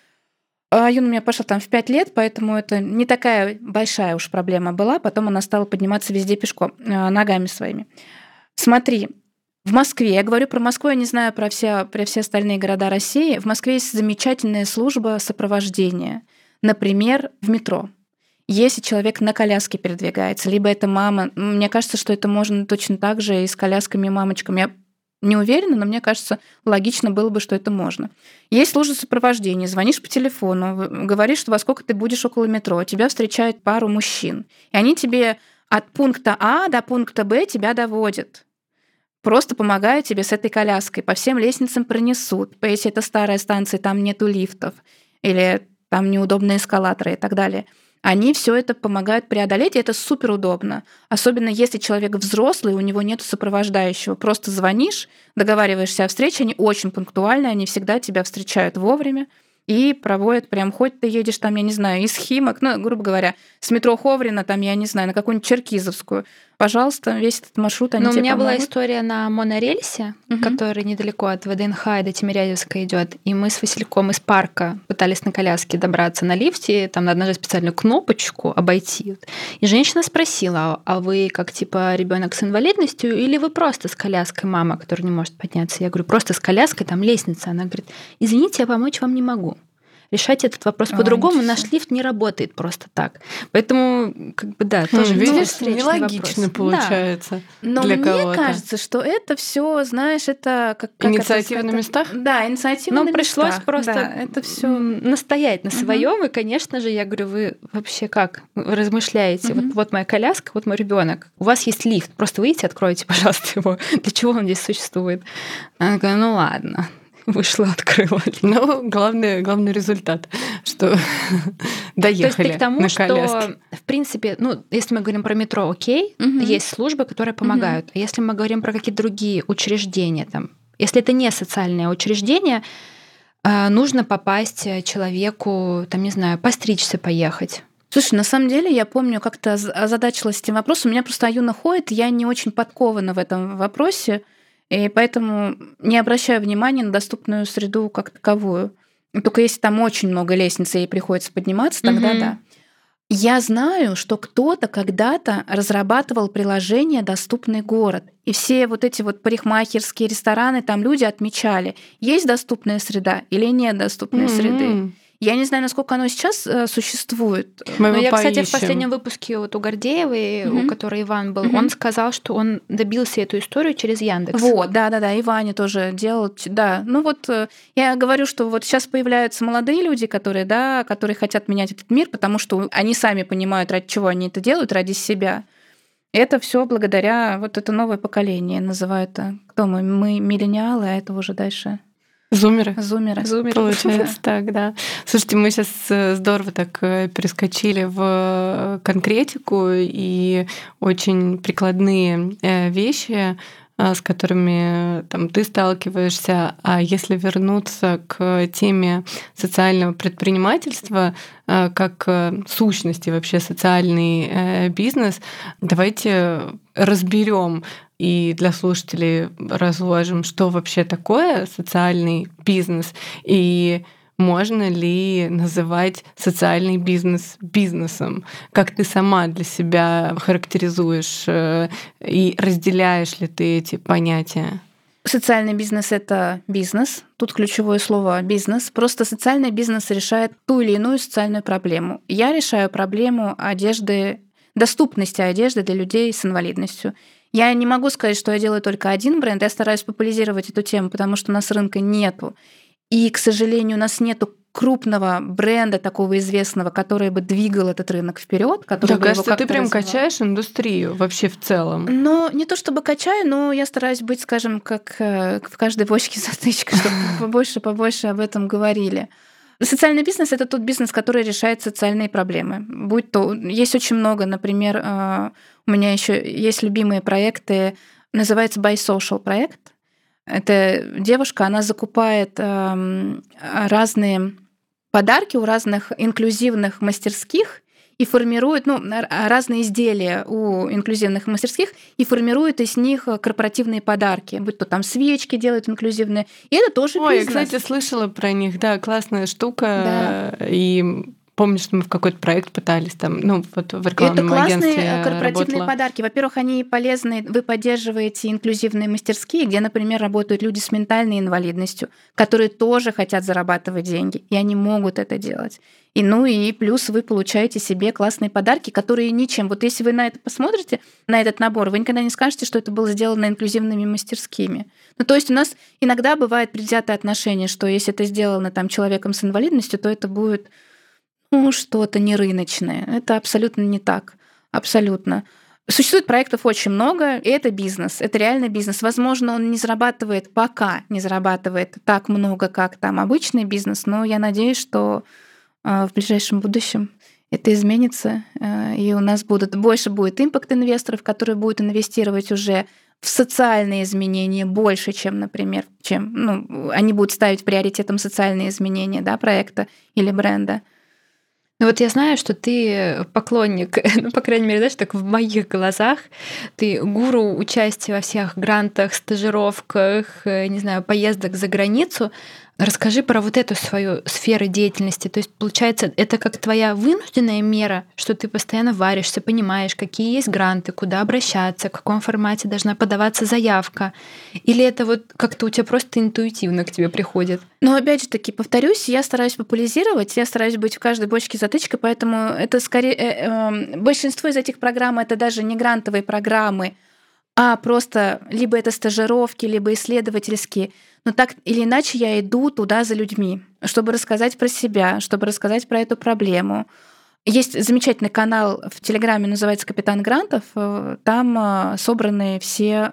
Юна у меня пошла в 5 лет, поэтому это не такая большая уж проблема была. Потом она стала подниматься везде пешком, ногами своими. Смотри, в Москве, я говорю про Москву, я не знаю про все остальные города России. В Москве есть замечательная служба сопровождения. Например, в метро. Если человек на коляске передвигается, либо это мама, мне кажется, что это можно точно так же и с колясками-мамочками. Я не уверена, но мне кажется, логично было бы, что это можно. Есть служба сопровождения, звонишь по телефону, говоришь, что во сколько ты будешь около метро, тебя встречает пару мужчин, и они тебе от пункта А до пункта Б тебя доводят. Просто помогают тебе с этой коляской, по всем лестницам пронесут. Если это старая станция, там нету лифтов, или там неудобные эскалаторы и так далее. Они все это помогают преодолеть, и это супер удобно. Особенно если человек взрослый, у него нет сопровождающего. Просто звонишь, договариваешься о встрече, они очень пунктуальны, они всегда тебя встречают вовремя и проводят прям, хоть ты едешь я не знаю, из Химок, грубо говоря, с метро Ховрина, я не знаю, на какую-нибудь Черкизовскую. Пожалуйста, весь этот маршрут они тебе помогут. У меня была история на монорельсе, который недалеко от ВДНХ и до Тимирязевска идет, и мы с Васильком из парка пытались на коляске добраться на лифте, там надо нажать специальную кнопочку обойти. И женщина спросила, а вы как ребенок с инвалидностью или вы просто с коляской, мама, которая не может подняться? Я говорю, просто с коляской, там лестница. Она говорит, извините, я помочь вам не могу. Решать этот вопрос по-другому. Наш лифт не работает просто так. Поэтому, тоже видишь, нелогично получается. Да. Но для мне кого-то. Кажется, что это все, знаешь, это как инициатива на местах? Да, инициатива на местах. Но пришлось просто это все настоять на своем. И, конечно же, я говорю, вы вообще как размышляете? Вот моя коляска, вот мой ребенок. У вас есть лифт. Просто выйдите, откройте, пожалуйста, его. Для чего он здесь существует? Она говорит, ладно. Вышла, открыла. Главный результат, что доехали. То есть ты к тому, на что, коляске. в принципе, если мы говорим про метро, окей, есть службы, которые помогают. А если мы говорим про какие-то другие учреждения, если это не социальное учреждение, нужно попасть человеку, там, не знаю, постричься поехать? Слушай, на самом деле, я помню, как-то озадачилась этим вопросом. У меня просто Аюна ходит, я не очень подкована в этом вопросе, и поэтому не обращаю внимания на доступную среду как таковую. Только если там очень много лестниц, и ей приходится подниматься, тогда да. Я знаю, что кто-то когда-то разрабатывал приложение «Доступный город». И все вот эти вот парикмахерские рестораны, там люди отмечали, есть доступная среда или нет доступной среды. Я не знаю, насколько оно сейчас существует. Но я, кстати, в последнем выпуске вот у Гордеевой, у которой Иван был, он сказал, что он добился эту историю через Яндекс. Вот, да, и Ваня тоже делал, да. Ну вот я говорю, что вот сейчас появляются молодые люди, которые хотят менять этот мир, потому что они сами понимают, ради чего они это делают, ради себя. Это все благодаря вот это новое поколение, называют. Кто мы? Мы миллениалы, а это уже дальше. Зумеры. Получается так, да. Слушайте, мы сейчас здорово так перескочили в конкретику и очень прикладные вещи, с которыми там, ты сталкиваешься. А если вернуться к теме социального предпринимательства, как сущности вообще социальный бизнес, давайте разберем и для слушателей разложим, что вообще такое социальный бизнес и можно ли называть социальный бизнес бизнесом? Как ты сама для себя характеризуешь и разделяешь ли ты эти понятия? Социальный бизнес — это бизнес. Тут ключевое слово «бизнес». Просто социальный бизнес решает ту или иную социальную проблему. Я решаю проблему одежды, доступности одежды для людей с инвалидностью. Я не могу сказать, что я делаю только один бренд, я стараюсь популяризировать эту тему, потому что у нас рынка нету. И, к сожалению, у нас нету крупного бренда такого известного, который бы двигал этот рынок вперед, который да, бы кажется, его ты прям качаешь индустрию вообще в целом. Но не то чтобы качаю, но я стараюсь быть, скажем, как в каждой бочке затычка, чтобы побольше об этом говорили. Социальный бизнес — это тот бизнес, который решает социальные проблемы. Будь то есть очень много, например, у меня еще есть любимые проекты, называется By Social проект. Это девушка, она закупает разные подарки у разных инклюзивных мастерских и формирует разные изделия у инклюзивных мастерских и формирует из них корпоративные подарки, будь то там свечки делают инклюзивные. И это тоже бизнес. Ой, я, кстати, слышала про них, да, классная штука. Да. И помню, что мы в какой-то проект пытались там, вот в рекламном агентстве Это классные корпоративные работала. подарки. Во-первых, они полезны, вы поддерживаете инклюзивные мастерские, где, например, работают люди с ментальной инвалидностью, которые тоже хотят зарабатывать деньги, и они могут это делать. И плюс вы получаете себе классные подарки, которые ничем. Вот если вы на это посмотрите, на этот набор, вы никогда не скажете, что это было сделано инклюзивными мастерскими. То есть у нас иногда бывает предвзятое отношение, что если это сделано там человеком с инвалидностью, то это будет что-то не рыночное. Это абсолютно не так. Абсолютно. Существует проектов очень много, и это бизнес, это реальный бизнес. Возможно, он пока не зарабатывает так много, как там обычный бизнес, но я надеюсь, что в ближайшем будущем это изменится, и у нас больше будет импакт-инвесторов, которые будут инвестировать уже в социальные изменения больше, чем, например, они будут ставить приоритетом социальные изменения, да, проекта или бренда. Ну вот я знаю, что ты поклонник, по крайней мере, знаешь, так в моих глазах, ты гуру участия во всех грантах, стажировках, не знаю, поездок за границу. Расскажи про вот эту свою сферу деятельности. То есть, получается, это как твоя вынужденная мера, что ты постоянно варишься, понимаешь, какие есть гранты, куда обращаться, в каком формате должна подаваться заявка. Или это вот как-то у тебя просто интуитивно к тебе приходит? Но опять же таки, повторюсь, я стараюсь популяризировать, я стараюсь быть в каждой бочке затычкой, поэтому это скорее... большинство из этих программ — это даже не грантовые программы, а просто либо это стажировки, либо исследовательские. Но так или иначе я иду туда за людьми, чтобы рассказать про себя, чтобы рассказать про эту проблему. Есть замечательный канал в Телеграме, называется «Капитан Грантов». Там собраны все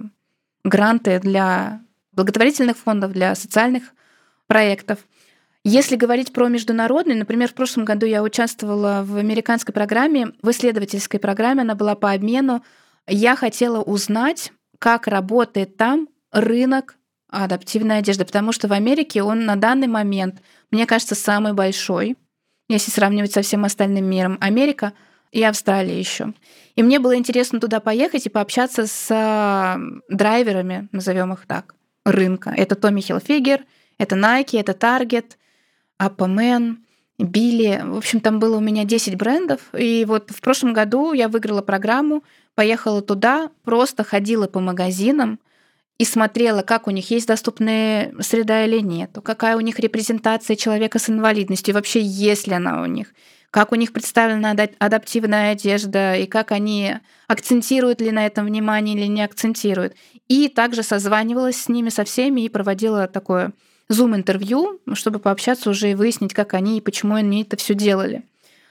гранты для благотворительных фондов, для социальных проектов. Если говорить про международный, например, в прошлом году я участвовала в американской программе, в исследовательской программе, она была по обмену. Я хотела узнать, как работает там рынок адаптивной одежды, потому что в Америке он на данный момент, мне кажется, самый большой, если сравнивать со всем остальным миром. Америка и Австралия еще. И мне было интересно туда поехать и пообщаться с драйверами, назовем их так, рынка. Это Tommy Hilfiger, это Nike, это Target, Appaman, Билли. В общем, там было у меня 10 брендов. И вот в прошлом году я выиграла программу, поехала туда, просто ходила по магазинам и смотрела, как у них есть доступная среда или нет, какая у них репрезентация человека с инвалидностью, и вообще есть ли она у них, как у них представлена адаптивная одежда, и как они акцентируют ли на этом внимание или не акцентируют. И также созванивалась с ними, со всеми, и проводила такое зум-интервью, чтобы пообщаться уже и выяснить, как они и почему они это все делали.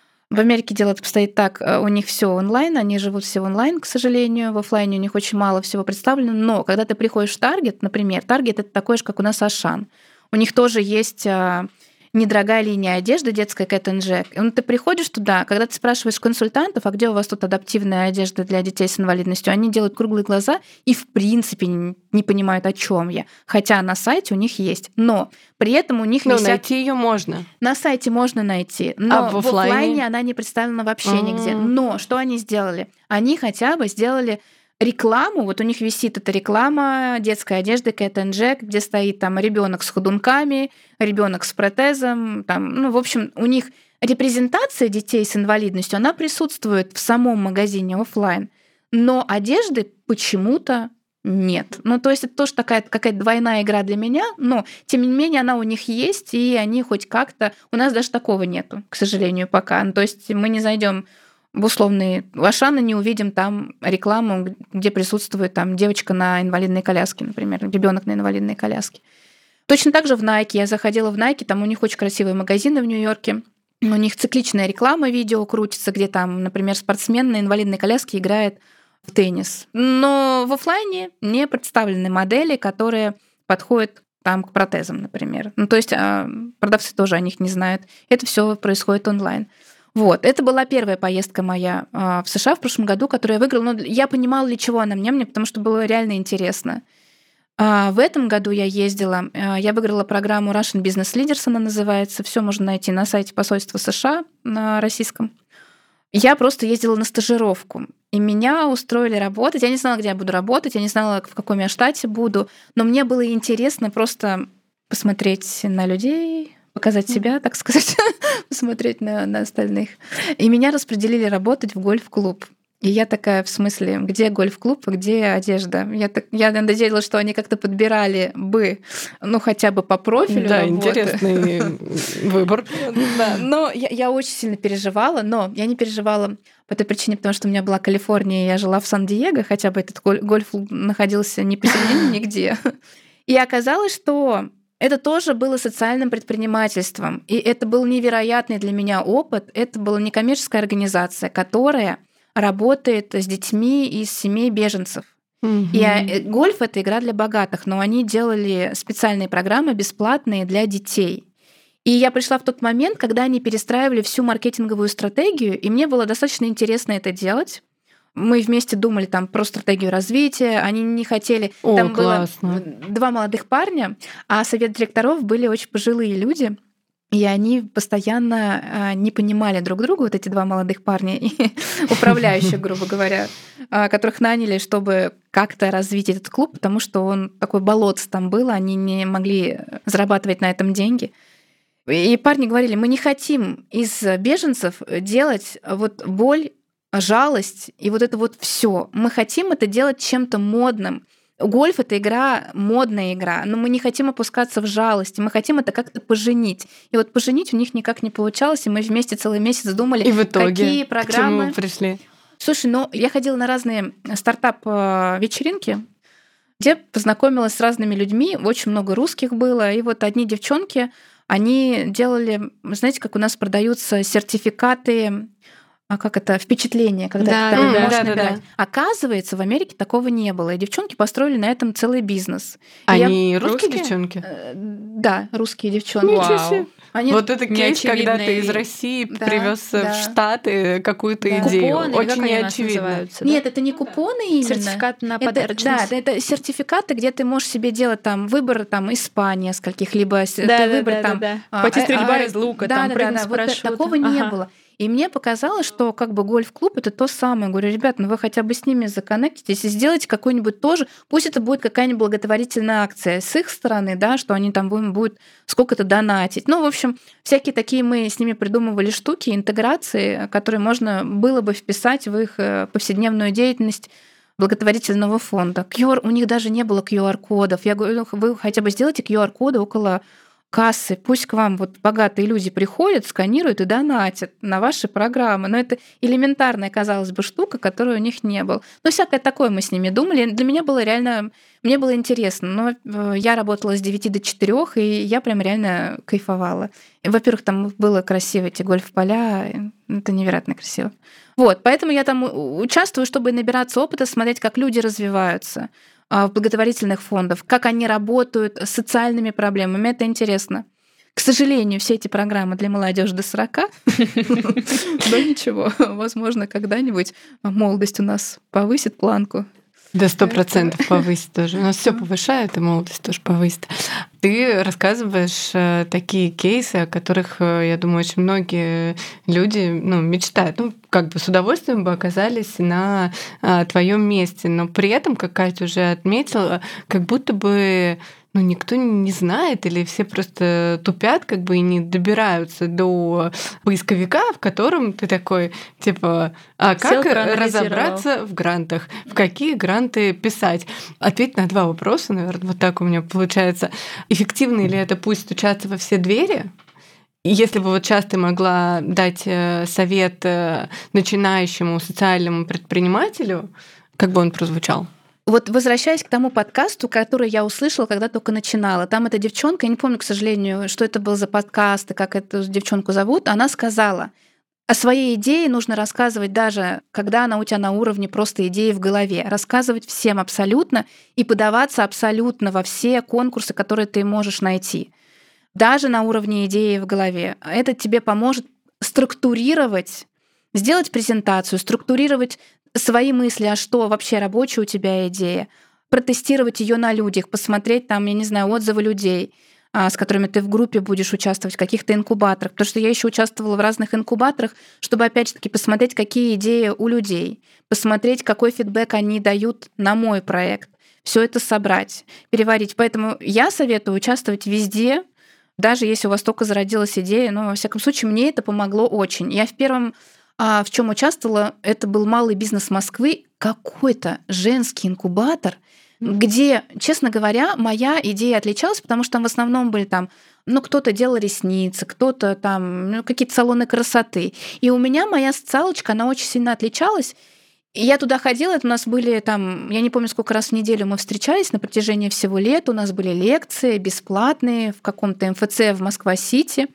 В Америке дело обстоит так, у них все онлайн, они живут все онлайн, к сожалению, в офлайне у них очень мало всего представлено, но когда ты приходишь в Target, например, Target — это такой же, как у нас Ашан, у них тоже есть недорогая линия одежды, детская Cat and Jack. И ты приходишь туда, когда ты спрашиваешь консультантов, а где у вас тут адаптивная одежда для детей с инвалидностью, они делают круглые глаза и в принципе не понимают, о чем я. Хотя на сайте у них есть. Но при этом у них Но висят... найти ее можно. На сайте можно найти, но в офлайне она не представлена вообще нигде. Но что они сделали? Они хотя бы сделали рекламу, вот у них висит эта реклама детской одежды Cat and Jack, где стоит там ребенок с ходунками, ребенок с протезом, там, в общем, у них репрезентация детей с инвалидностью, она присутствует в самом магазине офлайн, но одежды почему-то нет. То есть это тоже такая какая-то двойная игра для меня, но тем не менее она у них есть, и они хоть как-то... У нас даже такого нету, к сожалению, пока. То есть мы не зайдем в условный Ашан и не увидим там рекламу, где присутствует там девочка на инвалидной коляске, например, ребенок на инвалидной коляске. Точно так же в Nike. Я заходила в Nike, там у них очень красивые магазины в Нью-Йорке. У них цикличная реклама, видео крутится, где там, например, спортсмен на инвалидной коляске играет в теннис. Но в офлайне не представлены модели, которые подходят там к протезам, например. То есть продавцы тоже о них не знают. Это все происходит онлайн. Вот, это была первая поездка моя в США в прошлом году, которую я выиграла. Но я понимала, для чего она мне, потому что было реально интересно. В этом году я ездила, я выиграла программу Russian Business Leaders, она называется. Все можно найти на сайте посольства США на российском. Я просто ездила на стажировку, и меня устроили работать. Я не знала, где я буду работать, я не знала, в каком я штате буду, но мне было интересно просто посмотреть на людей, показать себя, так сказать, посмотреть на остальных. И меня распределили работать в гольф-клуб. И я такая, в смысле, где гольф-клуб, а где одежда? Я надеялась, что они как-то подбирали бы, хотя бы по профилю. Да, работы. интересный выбор. Да, но я очень сильно переживала, но я не переживала по той причине, потому что у меня была Калифорния, и я жила в Сан-Диего, хотя бы этот гольф-клуб находился не посередине нигде. И оказалось, что это тоже было социальным предпринимательством. И это был невероятный для меня опыт. Это была некоммерческая организация, которая работает с детьми из семей беженцев. И гольф — это игра для богатых, но они делали специальные программы бесплатные для детей. И я пришла в тот момент, когда они перестраивали всю маркетинговую стратегию, и мне было достаточно интересно это делать. Мы вместе думали там про стратегию развития, они не хотели... Там классно. было 2 молодых парня, а совет директоров были очень пожилые люди, и они постоянно не понимали друг друга, вот эти 2 молодых парня, и управляющих, грубо говоря, которых наняли, чтобы как-то развить этот клуб, потому что он такой болотце там был, они не могли зарабатывать на этом деньги. И парни говорили, мы не хотим из беженцев делать вот боль, жалость и вот это вот все. Мы хотим это делать чем-то модным. Гольф — это игра, модная игра, но мы не хотим опускаться в жалость, мы хотим это как-то поженить. И вот поженить у них никак не получалось, и мы вместе целый месяц думали, и в итоге, какие программы... К чему пришли? Слушай, я ходила на разные стартап-вечеринки, где познакомилась с разными людьми, очень много русских было, и вот одни девчонки, они делали, знаете, как у нас продаются сертификаты, впечатление, когда ты там можешь набирать. Оказывается, в Америке такого не было. И девчонки построили на этом целый бизнес. Они русские девчонки? Да, русские девчонки. Вау. Вот это кейс, когда ты из России привез в Штаты какую-то идею. Купоны, очень неочевидно. Нет, это не купоны именно. Сертификат на подарочность. Да, это сертификаты, где ты можешь себе делать там выбор там из спа нескольких, либо выбор там... Пойти стрельба из лука, там прыгнуть с парашютом. Такого не было. И мне показалось, что как бы гольф-клуб — это то самое. Я говорю, ребят, ну вы хотя бы с ними законнектитесь и сделайте какой-нибудь тоже, пусть это будет какая-нибудь благотворительная акция с их стороны, да, что они там будут сколько-то донатить. Ну, в общем, всякие такие мы с ними придумывали штуки, интеграции, которые можно было бы вписать в их повседневную деятельность благотворительного фонда. У них даже не было QR-кодов. Я говорю, вы хотя бы сделайте QR-коды около кассы, пусть к вам вот богатые люди приходят, сканируют и донатят на ваши программы. Но это элементарная, казалось бы, штука, которой у них не было. Ну, всякое такое мы с ними думали. Для меня было реально... Мне было интересно. Но я работала с 9 до 4, и я прям реально кайфовала. И, во-первых, там было красиво, эти гольф-поля. Это невероятно красиво. Вот, поэтому я там участвую, чтобы набираться опыта, смотреть, как люди развиваются в благотворительных фондах, как они работают с социальными проблемами. Это интересно. К сожалению, все эти программы для молодежи до 40. Но ничего, возможно, когда-нибудь молодость у нас повысит планку. До 100% повысит тоже. У нас все повышает, и молодость тоже повысит. Ты рассказываешь такие кейсы, о которых, я думаю, очень многие люди мечтают. Как бы с удовольствием бы оказались на твоем месте. Но при этом, как Катя уже отметила, как будто бы никто не знает, или все просто тупят, как бы и не добираются до поисковика, в котором ты такой, типа, как разобраться в грантах, в какие гранты писать? Ответь на 2 вопроса, наверное, вот так у меня получается. Эффективно ли это путь стучаться во все двери? Если бы вот сейчас ты могла дать совет начинающему социальному предпринимателю, как бы он прозвучал? Вот возвращаясь к тому подкасту, который я услышала, когда только начинала. Там эта девчонка, я не помню, к сожалению, что это был за подкаст и как эту девчонку зовут, она сказала, о своей идее нужно рассказывать даже, когда она у тебя на уровне просто идеи в голове. Рассказывать всем абсолютно и подаваться абсолютно во все конкурсы, которые ты можешь найти. Даже на уровне идеи в голове. Это тебе поможет структурировать, сделать презентацию, структурировать свои мысли, а что вообще рабочая у тебя идея, протестировать ее на людях, посмотреть там, я не знаю, отзывы людей, с которыми ты в группе будешь участвовать, в каких-то инкубаторах. Потому что я еще участвовала в разных инкубаторах, чтобы, опять же таки, посмотреть, какие идеи у людей, посмотреть, какой фидбэк они дают на мой проект, все это собрать, переварить. Поэтому я советую участвовать везде, даже если у вас только зародилась идея. Но, во всяком случае, мне это помогло очень. Я в чем участвовала, это был малый бизнес Москвы, какой-то женский инкубатор, где, честно говоря, моя идея отличалась, потому что там в основном были там, кто-то делал ресницы, кто-то там, какие-то салоны красоты. И у меня моя социалочка, она очень сильно отличалась. И я туда ходила, это у нас были там, я не помню, сколько раз в неделю мы встречались на протяжении всего лета, у нас были лекции бесплатные в каком-то МФЦ в Москва-Сити.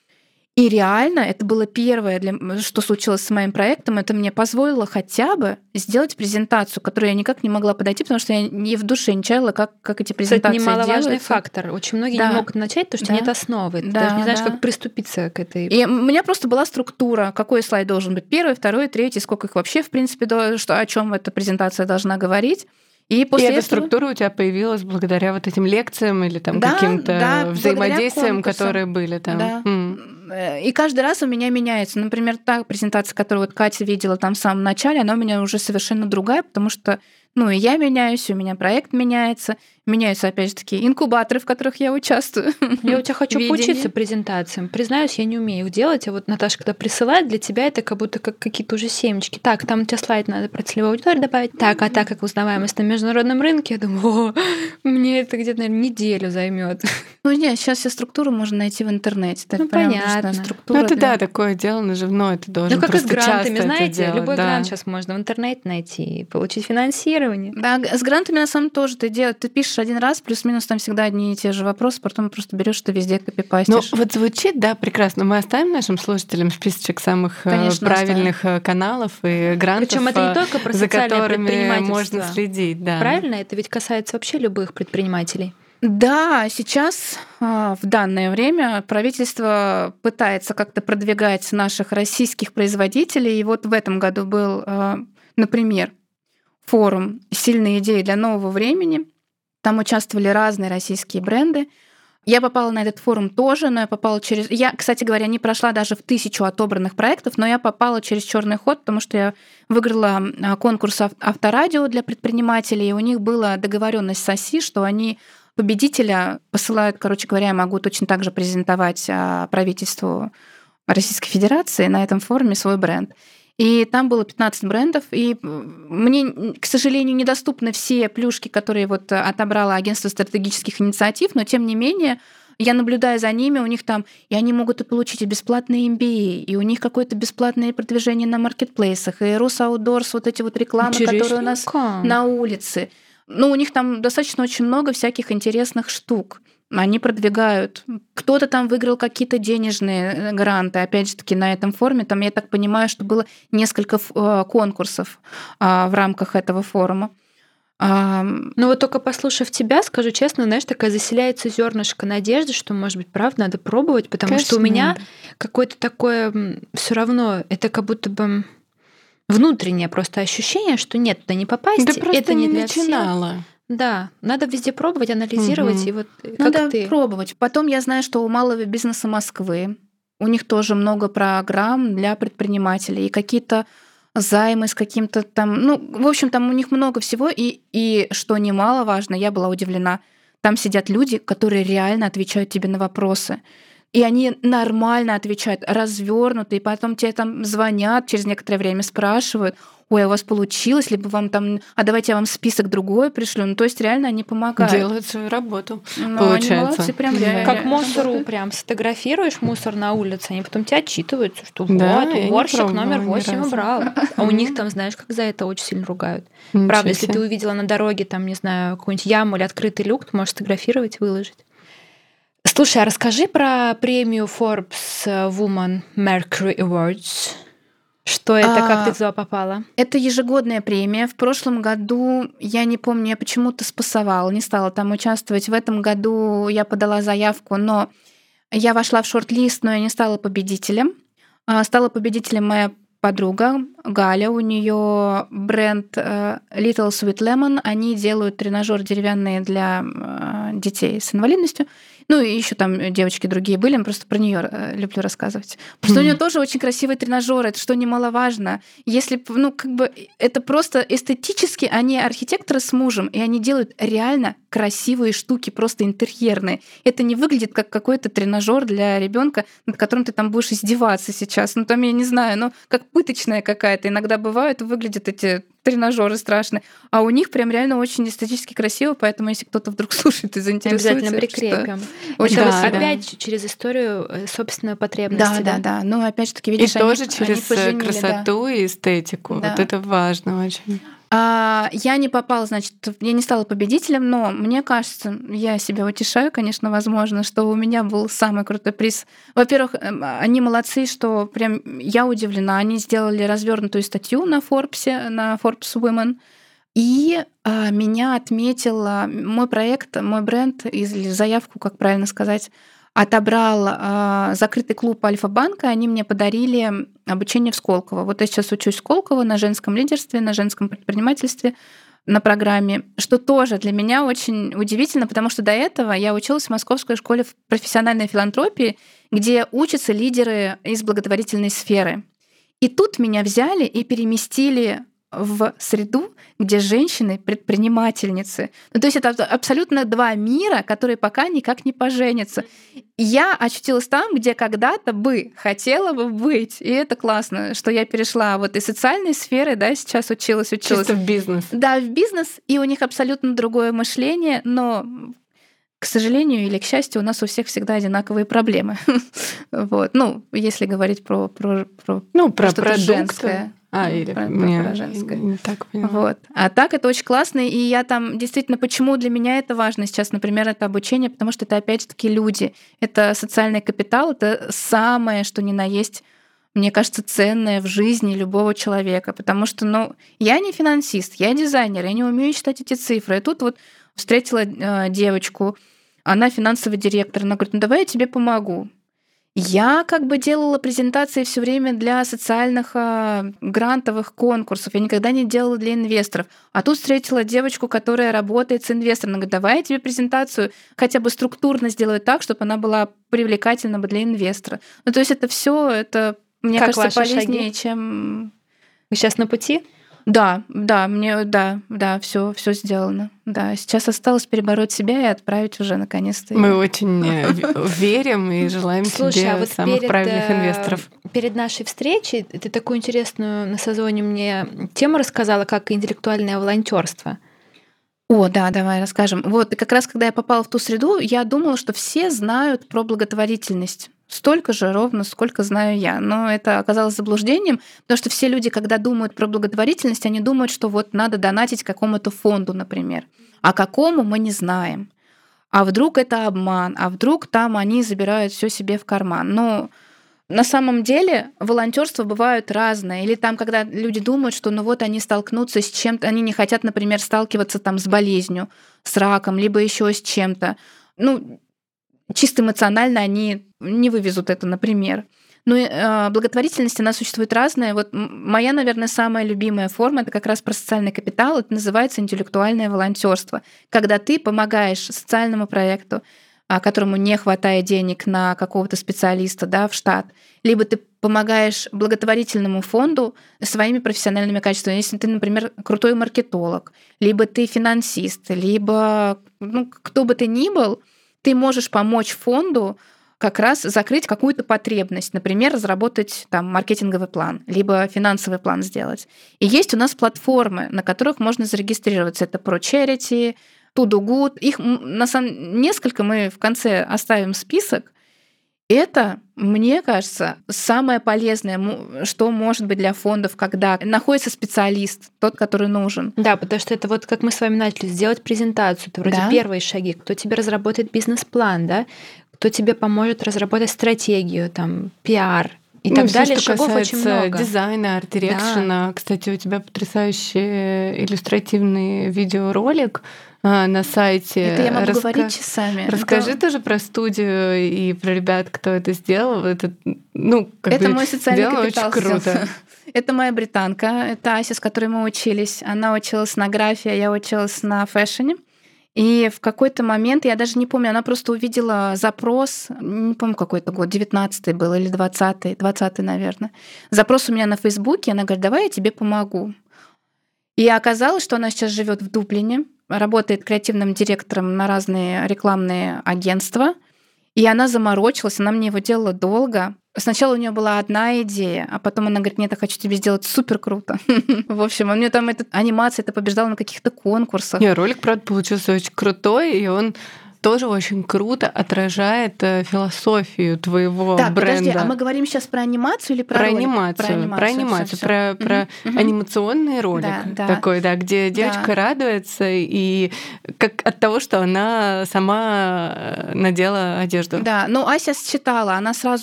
И реально это было первое, что случилось с моим проектом. Это мне позволило хотя бы сделать презентацию, к которой я никак не могла подойти, потому что я не в душе не чаяла, как эти презентации делаются. Это немаловажный фактор. Очень многие не могут начать, потому что нет основы. Ты даже не знаешь, как приступиться к этой. И у меня просто была структура, какой слайд должен быть: 1, 2, 3, сколько их вообще, в принципе, о чем эта презентация должна говорить. И эта структура у тебя появилась благодаря вот этим лекциям или там каким-то взаимодействиям, которые были там. Да. И каждый раз у меня меняется. Например, та презентация, которую вот Катя видела там в самом начале, она у меня уже совершенно другая, потому что и я меняюсь, у меня проект меняется, меняются, опять же таки, инкубаторы, в которых я участвую. Я у тебя хочу поучиться презентациям. Признаюсь, я не умею их делать. А вот Наташа, когда присылает, для тебя это как будто как какие-то уже семечки. Так, там у тебя слайд надо про целевую аудиторию добавить. Так как узнаваемость на международном рынке, я думаю, мне это где-то, наверное, неделю займет. Нет, сейчас все структуры можно найти в интернете. Это понятно. Структура это такое дело наживное, ты должен как и с грантами, знаете, любой грант сейчас можно в интернете найти и получить финансирование. Да, с грантами на самом деле тоже ты пишешь один раз, плюс-минус там всегда одни и те же вопросы, потом просто берешь, ты везде копипастишь. Вот звучит, да, прекрасно. Мы оставим нашим слушателям списочек самых правильных каналов и грантов, причем это не только про за социальное которыми предпринимательство. можно следить. Да. Правильно? Это ведь касается вообще любых предпринимателей. Да, сейчас в данное время правительство пытается как-то продвигать наших российских производителей. И вот в этом году был, например, форум «Сильные идеи для нового времени». Там участвовали разные российские бренды. Я попала на этот форум тоже, но я попала через... Я, кстати говоря, не прошла даже в 1000 отобранных проектов, но я попала через черный ход, потому что я выиграла конкурс Авторадио для предпринимателей, и у них была договоренность с ОСИ, что они победителя посылают, короче говоря, я могу точно так же презентовать правительству Российской Федерации на этом форуме свой бренд. И там было 15 брендов, и мне, к сожалению, недоступны все плюшки, которые вот отобрало Агентство стратегических инициатив, но тем не менее я наблюдаю за ними, у них там, и они могут и получить и бесплатные MBA, и у них какое-то бесплатное продвижение на маркетплейсах, и Росаутдорс, вот эти вот рекламы, которые у нас на улице. Ну, у них там достаточно очень много всяких интересных штук. Они продвигают. Кто-то там выиграл какие-то денежные гранты. Опять же таки, на этом форуме, там, я так понимаю, что было несколько конкурсов в рамках этого форума. Ну вот только послушав тебя, скажу честно, знаешь, такая заселяется зернышко надежды, что, может быть, правда, надо пробовать, потому Конечно, что у меня надо. какое-то такое все равно, это как будто бы внутреннее просто ощущение, что нет, туда не попасть, Да просто это не для начинала. всех. Да, надо везде пробовать, анализировать, и вот Надо как ты. пробовать. Потом я знаю, что у малого бизнеса Москвы у них тоже много программ для предпринимателей, и какие-то займы с каким-то там... Ну, в общем, там у них много всего, и что немаловажно, я была удивлена, там сидят люди, которые реально отвечают тебе на вопросы. И они нормально отвечают, развернуты, и потом тебе там звонят, через некоторое время спрашивают, ой, а у вас получилось, либо вам там, а давайте я вам список другой пришлю. Ну, то есть реально они помогают. Делают свою работу, Ну, получается. они молодцы, прям реально. Как мусору прям сфотографируешь мусор на улице, они потом тебя отчитываются, что Да, вот, я не уборщик пробовала номер ни 8 разу. убрал. А у них там, знаешь, как за это очень сильно ругают. Ничего Правда, если себе. ты увидела на дороге, там, не знаю, какую-нибудь яму или открытый люк, ты можешь сфотографировать, выложить. Слушай, а расскажи про премию Forbes Woman Mercury Awards. Что это, как ты туда попала? Это ежегодная премия. В прошлом году, я не помню, я почему-то спасовала, не стала там участвовать. В этом году я подала заявку, но я вошла в шорт-лист, но я не стала победителем. Стала победителем моя подруга Галя. У нее бренд Little Sweet Lemon. Они делают тренажеры деревянные для детей с инвалидностью. Ну, и еще там девочки другие были, просто про нее люблю рассказывать. Просто у нее тоже очень красивые тренажеры, это что немаловажно. Если, ну, как бы это просто эстетически, они архитекторы с мужем, и они делают реально красивые штуки, просто интерьерные. Это не выглядит как какой-то тренажер для ребенка, над которым ты там будешь издеваться сейчас. Ну, там, я не знаю, ну, как пыточная какая-то. Иногда бывает, выглядят эти тренажеры страшные. А у них прям реально очень эстетически красиво, поэтому если кто-то вдруг слушает и заинтересуется... Обязательно прикрепим. Очень Это красиво. опять через историю собственной потребности. Да. Ну, опять же таки, И видишь, тоже они через поженили, красоту и эстетику. Да. Вот это важно очень. Я не попала, значит, я не стала победителем, но мне кажется, я себя утешаю, конечно, возможно, что у меня был самый крутой приз. Во-первых, они молодцы, что прям я удивлена. Они сделали развернутую статью на Forbes, на Forbes Women, и меня отметил мой проект, мой бренд, или заявку, как правильно сказать, отобрал закрытый клуб Альфа-банка, они мне подарили обучение в Сколково. Вот я сейчас учусь в Сколково на женском лидерстве, на женском предпринимательстве, на программе, что тоже для меня очень удивительно, потому что до этого я училась в Московской школе профессиональной филантропии, где учатся лидеры из благотворительной сферы. И тут меня взяли и переместили в среду, где женщины-предпринимательницы. Ну, то есть это абсолютно два мира, которые пока никак не поженятся. Я очутилась там, где когда-то бы хотела бы быть. И это классно, что я перешла вот из социальной сферы, да, сейчас училась. Чисто в бизнес. Да, в бизнес, и у них абсолютно другое мышление, но к сожалению или к счастью, у нас у всех всегда одинаковые проблемы. Вот. Ну, если говорить про что-то женское. Или про женское. Не так понимаю. Вот. А так это очень классно, и я там действительно, почему для меня это важно сейчас, например, это обучение, потому что это опять-таки люди, это социальный капитал, это самое, что ни на есть, мне кажется, ценное в жизни любого человека, потому что, ну, я не финансист, я дизайнер, я не умею читать эти цифры, и тут вот встретила девочку, Она финансовый директор. Она говорит, ну давай я тебе помогу. Я как бы делала презентации все время для социальных грантовых конкурсов. Я никогда не делала для инвесторов. А тут встретила девочку, которая работает с инвестором. Она говорит, давай я тебе презентацию хотя бы структурно сделаю так, чтобы она была привлекательна бы для инвестора. Ну, то есть это все, это, мне Как кажется, ваши полезнее, шаги? чем... Вы сейчас на пути? Да, все сделано. Да, сейчас осталось перебороть себя и отправить уже наконец-то. Мы очень верим и желаем Слушай, а тебе вот самых правильных инвесторов. перед нашей встречей ты такую интересную на созвоне мне тему рассказала, как интеллектуальное волонтерство. О, да, давай расскажем. Вот, и как раз когда я попала в ту среду, я думала, что все знают про благотворительность. Столько же ровно, сколько знаю я. Но это оказалось заблуждением, потому что все люди, когда думают про благотворительность, они думают, что вот надо донатить какому-то фонду, например. А какому мы не знаем. А вдруг это обман, а вдруг там они забирают все себе в карман. Но на самом деле волонтерство бывают разное. Или там, когда люди думают, что ну вот они столкнутся с чем-то, они не хотят, например, сталкиваться там с болезнью, с раком, либо еще с чем-то. Ну, чисто эмоционально они не вывезут это, например. Но благотворительность, она существует разная. Вот моя, наверное, самая любимая форма — это как раз про социальный капитал. Это называется интеллектуальное волонтерство, когда ты помогаешь социальному проекту, которому не хватает денег на какого-то специалиста, да, в штат, либо ты помогаешь благотворительному фонду своими профессиональными качествами. Если ты, например, крутой маркетолог, либо ты финансист, либо кто бы ты ни был, ты можешь помочь фонду как раз закрыть какую-то потребность, например, разработать там маркетинговый план, либо финансовый план сделать. И есть у нас платформы, на которых можно зарегистрироваться. Это ProCharity, To Do Good. Их на самом несколько, мы в конце оставим список. Это, мне кажется, самое полезное, что может быть для фондов, когда находится специалист, тот, который нужен. Да, потому что это вот как мы с вами начали, сделать презентацию. Это вроде Да. первые шаги. Кто тебе разработает бизнес-план, да? Кто тебе поможет разработать стратегию, там, пиар и так всё, далее. что Шагов очень касается много. дизайна, арт-дирекшена. Кстати, у тебя потрясающий иллюстративный видеоролик на сайте. Это я могу говорить часами. Расскажи тоже про студию и про ребят, кто это сделал. Это, это мой социальный сделано капитал. очень круто. Это моя британка, это Ася, с которой мы учились. Она училась на графе, а я училась на фэшне. И в какой-то момент, я даже не помню, она просто увидела запрос, не помню, какой это год, 19-й был или 20-й, 20-й, наверное. Запрос у меня на Фейсбуке, она говорит, давай я тебе помогу. И оказалось, что она сейчас живет в Дублине, работает креативным директором на разные рекламные агентства. И она заморочилась, она мне его делала долго. Сначала у нее была одна идея, а потом она говорит, нет, я хочу тебе сделать супер круто. В общем, у нее там эта анимация это побеждала на каких-то конкурсах. Нет, ролик, правда, получился очень крутой, и он тоже очень круто отражает философию твоего бренда. Подожди, а мы говорим сейчас про анимацию или про ролик? Про анимацию, про анимационный ролик такой, да, где девочка радуется и как от того, что она сама надела одежду. Да, Ася считала,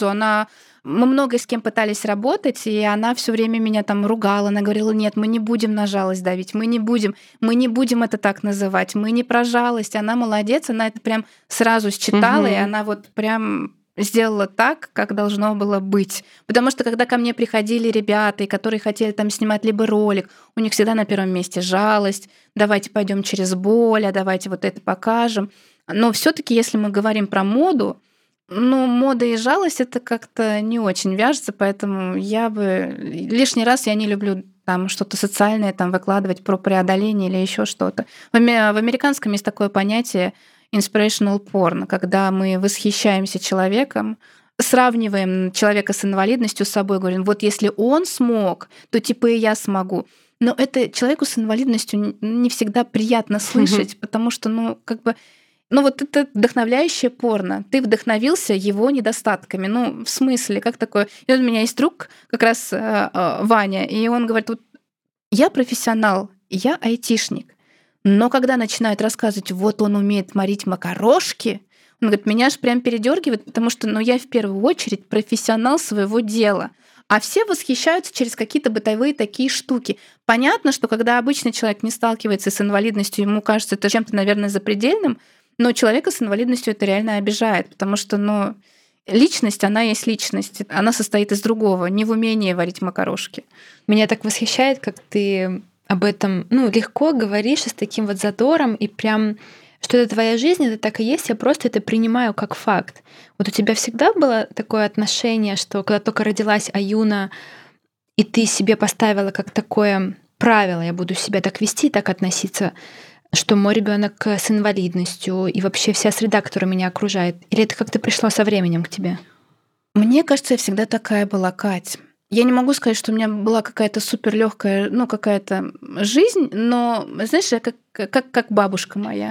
мы много с кем пытались работать, и она все время меня там ругала. Она говорила, нет, мы не будем на жалость давить, мы не будем это так называть, мы не про жалость. Она молодец, она это прям сразу считала, и она вот прям сделала так, как должно было быть. Потому что когда ко мне приходили ребята, которые хотели там снимать либо ролик, у них всегда на первом месте жалость, давайте пойдем через боль, а давайте вот это покажем. Но все-таки, если мы говорим про моду, мода и жалость это как-то не очень вяжется, поэтому лишний раз я не люблю там что-то социальное там выкладывать про преодоление или еще что-то. В американском есть такое понятие inspirational porn, когда мы восхищаемся человеком, сравниваем человека с инвалидностью с собой, говорим, вот если он смог, то типа и я смогу. Но это человеку с инвалидностью не всегда приятно слышать, потому что, вот это вдохновляющее порно. Ты вдохновился его недостатками. В смысле, как такое? И вот у меня есть друг, как раз Ваня, и он говорит, вот я профессионал, я айтишник, но когда начинают рассказывать, вот он умеет варить макарошки, он говорит, меня аж прям передергивает, потому что я в первую очередь профессионал своего дела. А все восхищаются через какие-то бытовые такие штуки. Понятно, что когда обычный человек не сталкивается с инвалидностью, ему кажется это чем-то, наверное, запредельным, Но человека с инвалидностью это реально обижает, потому что, личность, она есть личность. Она состоит из другого, не в умении варить макарошки. Меня так восхищает, как ты об этом, легко говоришь и с таким вот задором, и прям, что это твоя жизнь, это так и есть, я просто это принимаю как факт. Вот у тебя всегда было такое отношение, что когда только родилась Аюна, и ты себе поставила как такое правило, я буду себя так вести, так относиться, что мой ребенок с инвалидностью и вообще вся среда, которая меня окружает? Или это как-то пришло со временем к тебе? Мне кажется, я всегда такая была, Кать. Я не могу сказать, что у меня была какая-то супер легкая, какая-то жизнь, но, знаешь, я как бабушка моя.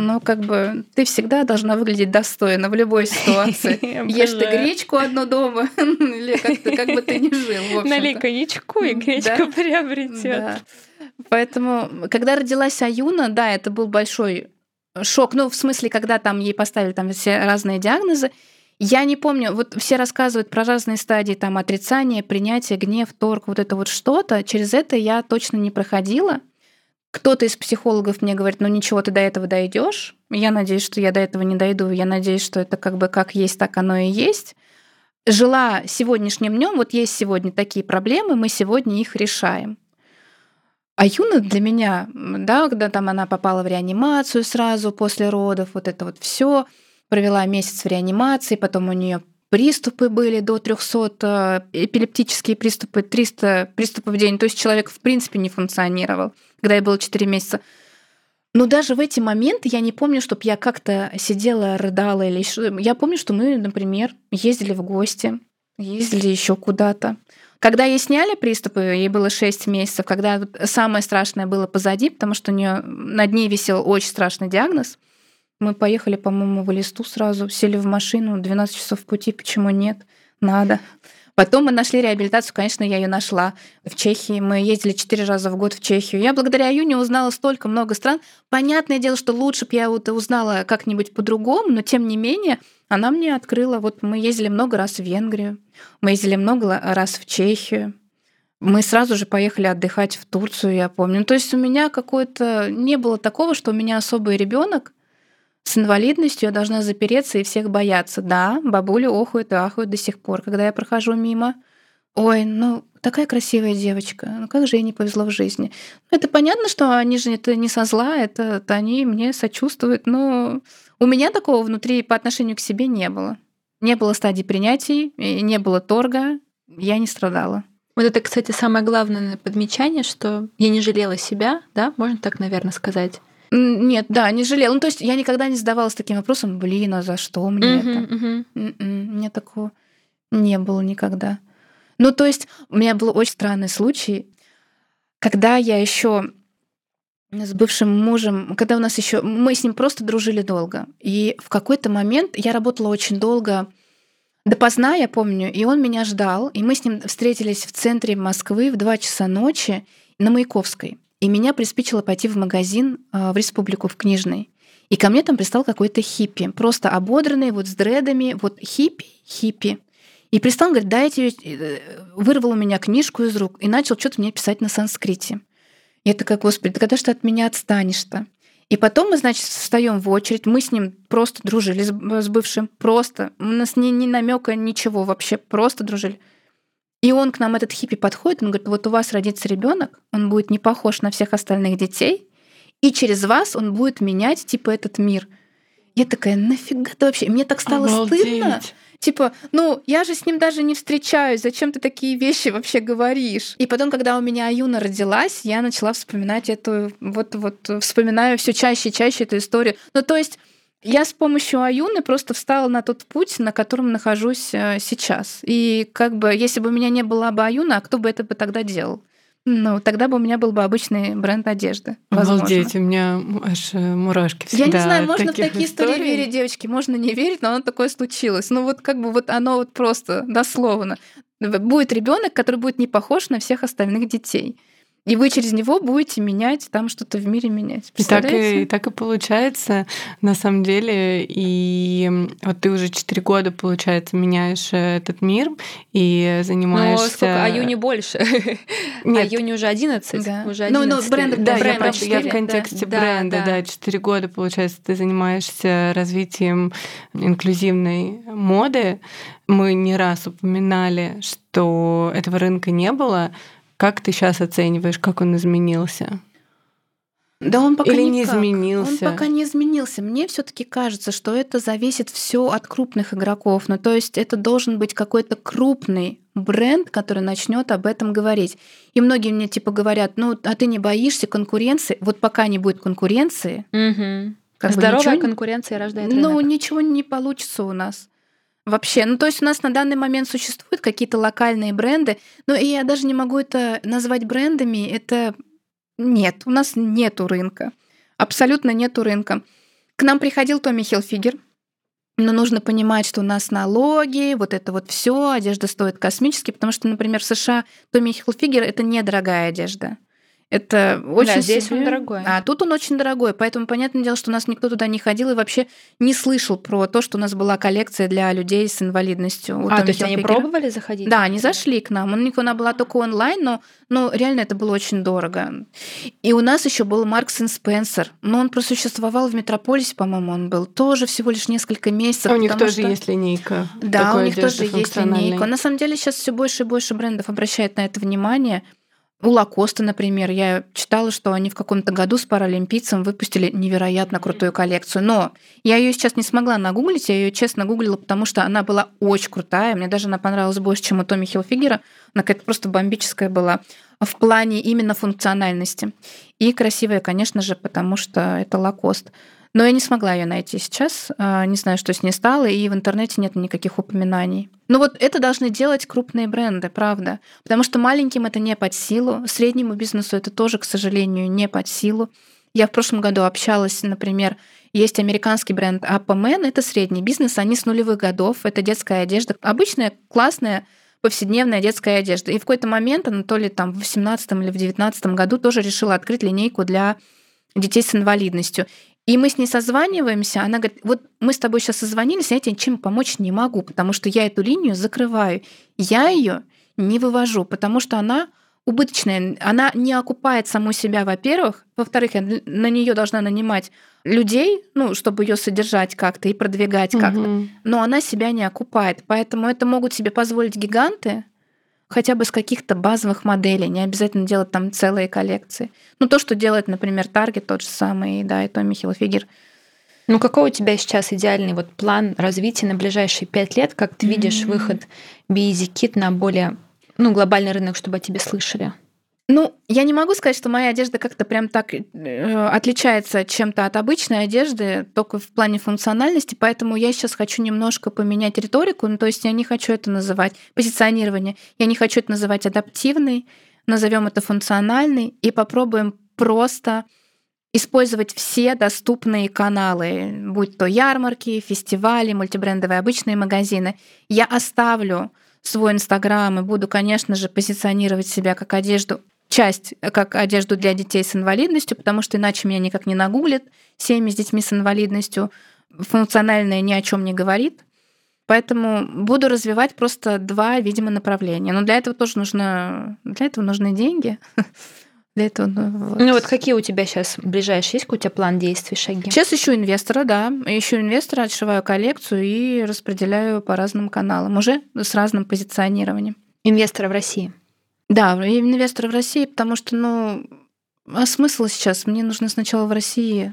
Ты всегда должна выглядеть достойно в любой ситуации. Ешь ты гречку одну дома, или как бы ты ни жил, в общем-то. Налей коньячку, и гречка приобретет. Да. Поэтому, когда родилась Аюна, да, это был большой шок. В смысле, когда там ей поставили там все разные диагнозы, я не помню, вот все рассказывают про разные стадии там отрицания, принятия, гнев, торг, вот это вот что-то. Через это я точно не проходила. Кто-то из психологов мне говорит, ничего, ты до этого дойдешь. Я надеюсь, что я до этого не дойду. Я надеюсь, что это как есть, так оно и есть. Жила сегодняшним днем, вот есть сегодня такие проблемы, мы сегодня их решаем. А Юна для меня, да, когда там она попала в реанимацию сразу после родов, вот это вот все, провела месяц в реанимации, потом у нее приступы были до 300, эпилептические приступы, 300 приступов в день. То есть человек в принципе не функционировал, когда ей было 4 месяца. Но даже в эти моменты я не помню, чтобы я как-то сидела, рыдала или еще. Я помню, что мы, например, ездили в гости, ездили еще куда-то. Когда ей сняли приступы, ей было 6 месяцев, когда самое страшное было позади, потому что над ней висел очень страшный диагноз. Мы поехали, по-моему, в Элисту сразу, сели в машину, 12 часов пути, почему нет? Надо. Потом мы нашли реабилитацию, конечно, я ее нашла в Чехии. Мы ездили 4 раза в год в Чехию. Я благодаря Юне узнала столько много стран. Понятное дело, что лучше бы я узнала как-нибудь по-другому, но тем не менее она мне открыла. Вот мы ездили много раз в Венгрию, мы ездили много раз в Чехию. Мы сразу же поехали отдыхать в Турцию, я помню. То есть у меня не было такого, что у меня особый ребенок с инвалидностью, я должна запереться и всех бояться. Да, бабули охуют и ахуют до сих пор, когда я прохожу мимо. Ой, такая красивая девочка, как же ей не повезло в жизни. Это понятно, что они же это не со зла, это они мне сочувствуют, но у меня такого внутри по отношению к себе не было. Не было стадии принятия, не было торга, я не страдала. Вот это, кстати, самое главное подмечание, что я не жалела себя, да, можно так, наверное, сказать. Нет, да, не жалела. То есть я никогда не задавалась таким вопросом, а за что мне это? У меня такого не было никогда. То есть у меня был очень странный случай, когда я еще с бывшим мужем, когда мы с ним просто дружили долго. И в какой-то момент я работала очень долго, допоздна, я помню, и он меня ждал, и мы с ним встретились в центре Москвы в 2 часа ночи на Маяковской. И меня приспичило пойти в магазин в Республику, в книжный. И ко мне там пристал какой-то хиппи, просто ободранный, вот с дредами, вот хиппи. И пристал, говорит, вырвал у меня книжку из рук и начал что-то мне писать на санскрите. Я такая, господи, да когда же ты от меня отстанешь-то? И потом мы, значит, встаем в очередь, мы с ним просто дружили, с бывшим, просто. У нас ни намека, ничего вообще, просто дружили. И он к нам, этот хиппи, подходит, он говорит, вот у вас родится ребенок, он будет не похож на всех остальных детей, и через вас он будет менять, этот мир. Я такая, нафига ты вообще? Мне так стало стыдно. Я же с ним даже не встречаюсь, зачем ты такие вещи вообще говоришь? И потом, когда у меня Аюна родилась, я начала вспоминать вспоминаю все чаще и чаще эту историю. То есть я с помощью Аюны просто встала на тот путь, на котором нахожусь сейчас. И если бы у меня не было бы Аюна, а кто бы это тогда делал? Тогда бы у меня был бы обычный бренд одежды. Возможно. Обалдеть, у меня аж мурашки всегда. Я не знаю, можно в такие истории верить, девочки, можно не верить, но оно такое случилось. Оно просто дословно. Будет ребенок, который будет не похож на всех остальных детей. И вы через него будете менять, там что-то в мире менять. Представляете? И так и получается, на самом деле. И вот ты уже 4 года, получается, меняешь этот мир и занимаешься... Ну, сколько? А Юни больше. Нет. А Юни уже 11. Да. Уже 11. Бренд, Да, бренд я в контексте бренда, да, 4 года, получается, ты занимаешься развитием инклюзивной моды. Мы не раз упоминали, что этого рынка не было. Как ты сейчас оцениваешь, как он изменился? Да он пока Или не никак. изменился? Он пока не изменился. Мне все-таки кажется, что это зависит все от крупных игроков. Ну, то есть это должен быть какой-то крупный бренд, который начнет об этом говорить. И многие мне типа говорят: ну, а ты не боишься конкуренции? Вот пока не будет конкуренции, Здоровая конкуренция рождает рынок. Ну, ничего не получится у нас. Вообще, ну то есть у нас на данный момент существуют какие-то локальные бренды, но я даже не могу это назвать брендами. Это нет, у нас нету рынка, абсолютно нету рынка. К нам приходил Томми Хилфигер, но нужно понимать, что у нас налоги, вот это вот все, одежда стоит космически, потому что, например, в США Томми Хилфигер — это недорогая одежда. Это очень здесь он дорогой. А тут он очень дорогой, поэтому понятное дело, что у нас никто туда не ходил и вообще не слышал про то, что у нас была коллекция для людей с инвалидностью. То есть они пробовали заходить? Да, они зашли к нам. Она была только онлайн, но реально это было очень дорого. И у нас еще был Маркс энд Спенсер, но он просуществовал в Метрополисе, по-моему, он был тоже всего лишь несколько месяцев. У них тоже есть линейка. Да, у них тоже есть линейка. На самом деле сейчас все больше и больше брендов обращают на это внимание. У Лакоста, например, я читала, что они в каком-то году с паралимпийцем выпустили невероятно крутую коллекцию. Но я ее сейчас не смогла нагуглить, я ее честно гуглила, потому что она была очень крутая. Мне даже она понравилась больше, чем у Томми Хилфигера. Она какая-то просто бомбическая была в плане именно функциональности. И красивая, конечно же, потому что это Лакост. Но я не смогла ее найти сейчас. Не знаю, что с ней стало, и в интернете нет никаких упоминаний. Но вот это должны делать крупные бренды, правда. Потому что маленьким это не под силу, среднему бизнесу это тоже, к сожалению, не под силу. Я в прошлом году общалась, например, есть американский бренд APMan, это средний бизнес, они с нулевых годов, это детская одежда, обычная, классная, повседневная детская одежда. И в какой-то момент она то ли там в 2018 или в 2019 году тоже решила открыть линейку для детей с инвалидностью. И мы с ней созваниваемся, она говорит: вот мы с тобой сейчас созвонились, я тебе ничем помочь не могу, потому что я эту линию закрываю. Я ее не вывожу, потому что она убыточная, она не окупает саму себя, во-первых. Во-вторых, я на нее должна нанимать людей, чтобы ее содержать как-то и продвигать как-то. Но она себя не окупает. Поэтому это могут себе позволить гиганты, хотя бы с каких-то базовых моделей, не обязательно делать там целые коллекции. То, что делает, например, Target, тот же самый, да, и Томми Хилфигер. Какой у тебя сейчас идеальный план развития на ближайшие 5 лет? Как ты видишь выход Be Easy Kid на более глобальный рынок, чтобы о тебе слышали? Я не могу сказать, что моя одежда как-то прям так отличается чем-то от обычной одежды, только в плане функциональности, поэтому я сейчас хочу немножко поменять риторику, то есть я не хочу это называть позиционирование, я не хочу это называть адаптивной, назовем это функциональной и попробуем просто использовать все доступные каналы, будь то ярмарки, фестивали, мультибрендовые обычные магазины. Я оставлю свой Инстаграм и буду, конечно же, позиционировать себя как одежду для детей с инвалидностью, потому что иначе меня никак не нагуглят. Семьи с детьми с инвалидностью функциональное ни о чем не говорит. Поэтому буду развивать просто 2, видимо, направления. Но для этого нужны деньги. Для этого, какие у тебя сейчас ближайшие, есть у тебя план действий, шаги? Сейчас ищу инвестора, да. Ищу инвестора, отшиваю коллекцию и распределяю по разным каналам, уже с разным позиционированием. Инвестора в России? Да, инвестора в России, потому что, а смысл сейчас? Мне нужно сначала в России.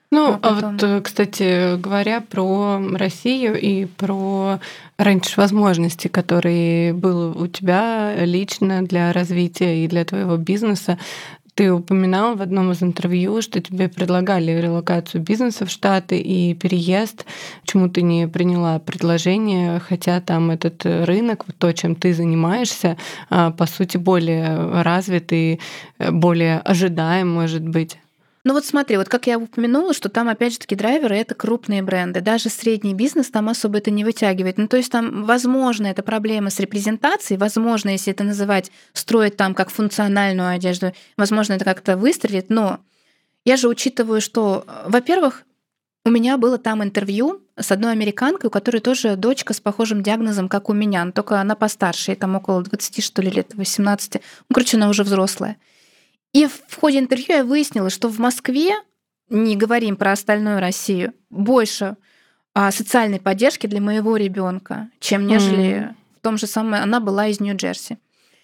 Кстати говоря, про Россию и про раньше возможности, которые был у тебя лично для развития и для твоего бизнеса. Ты упоминал в одном из интервью, что тебе предлагали релокацию бизнеса в Штаты и переезд. Почему ты не приняла предложение, хотя там этот рынок, то, чем ты занимаешься, по сути, более развит и более ожидаем, может быть? Ну вот смотри, вот как я упомянула, что там опять же таки драйверы — это крупные бренды. Даже средний бизнес там особо это не вытягивает. Ну то есть там, возможно, это проблема с репрезентацией, возможно, если это называть, строить там как функциональную одежду, возможно, это как-то выстрелит, но я же учитываю, что, во-первых, у меня было там интервью с одной американкой, у которой тоже дочка с похожим диагнозом, как у меня, но только она постарше, ей там около 20, что ли, лет, 18. Ну, короче, она уже взрослая. И в ходе интервью я выяснила, что в Москве, не говорим про остальную Россию, больше социальной поддержки для моего ребенка, чем нежели в том же самом... Она была из Нью-Джерси.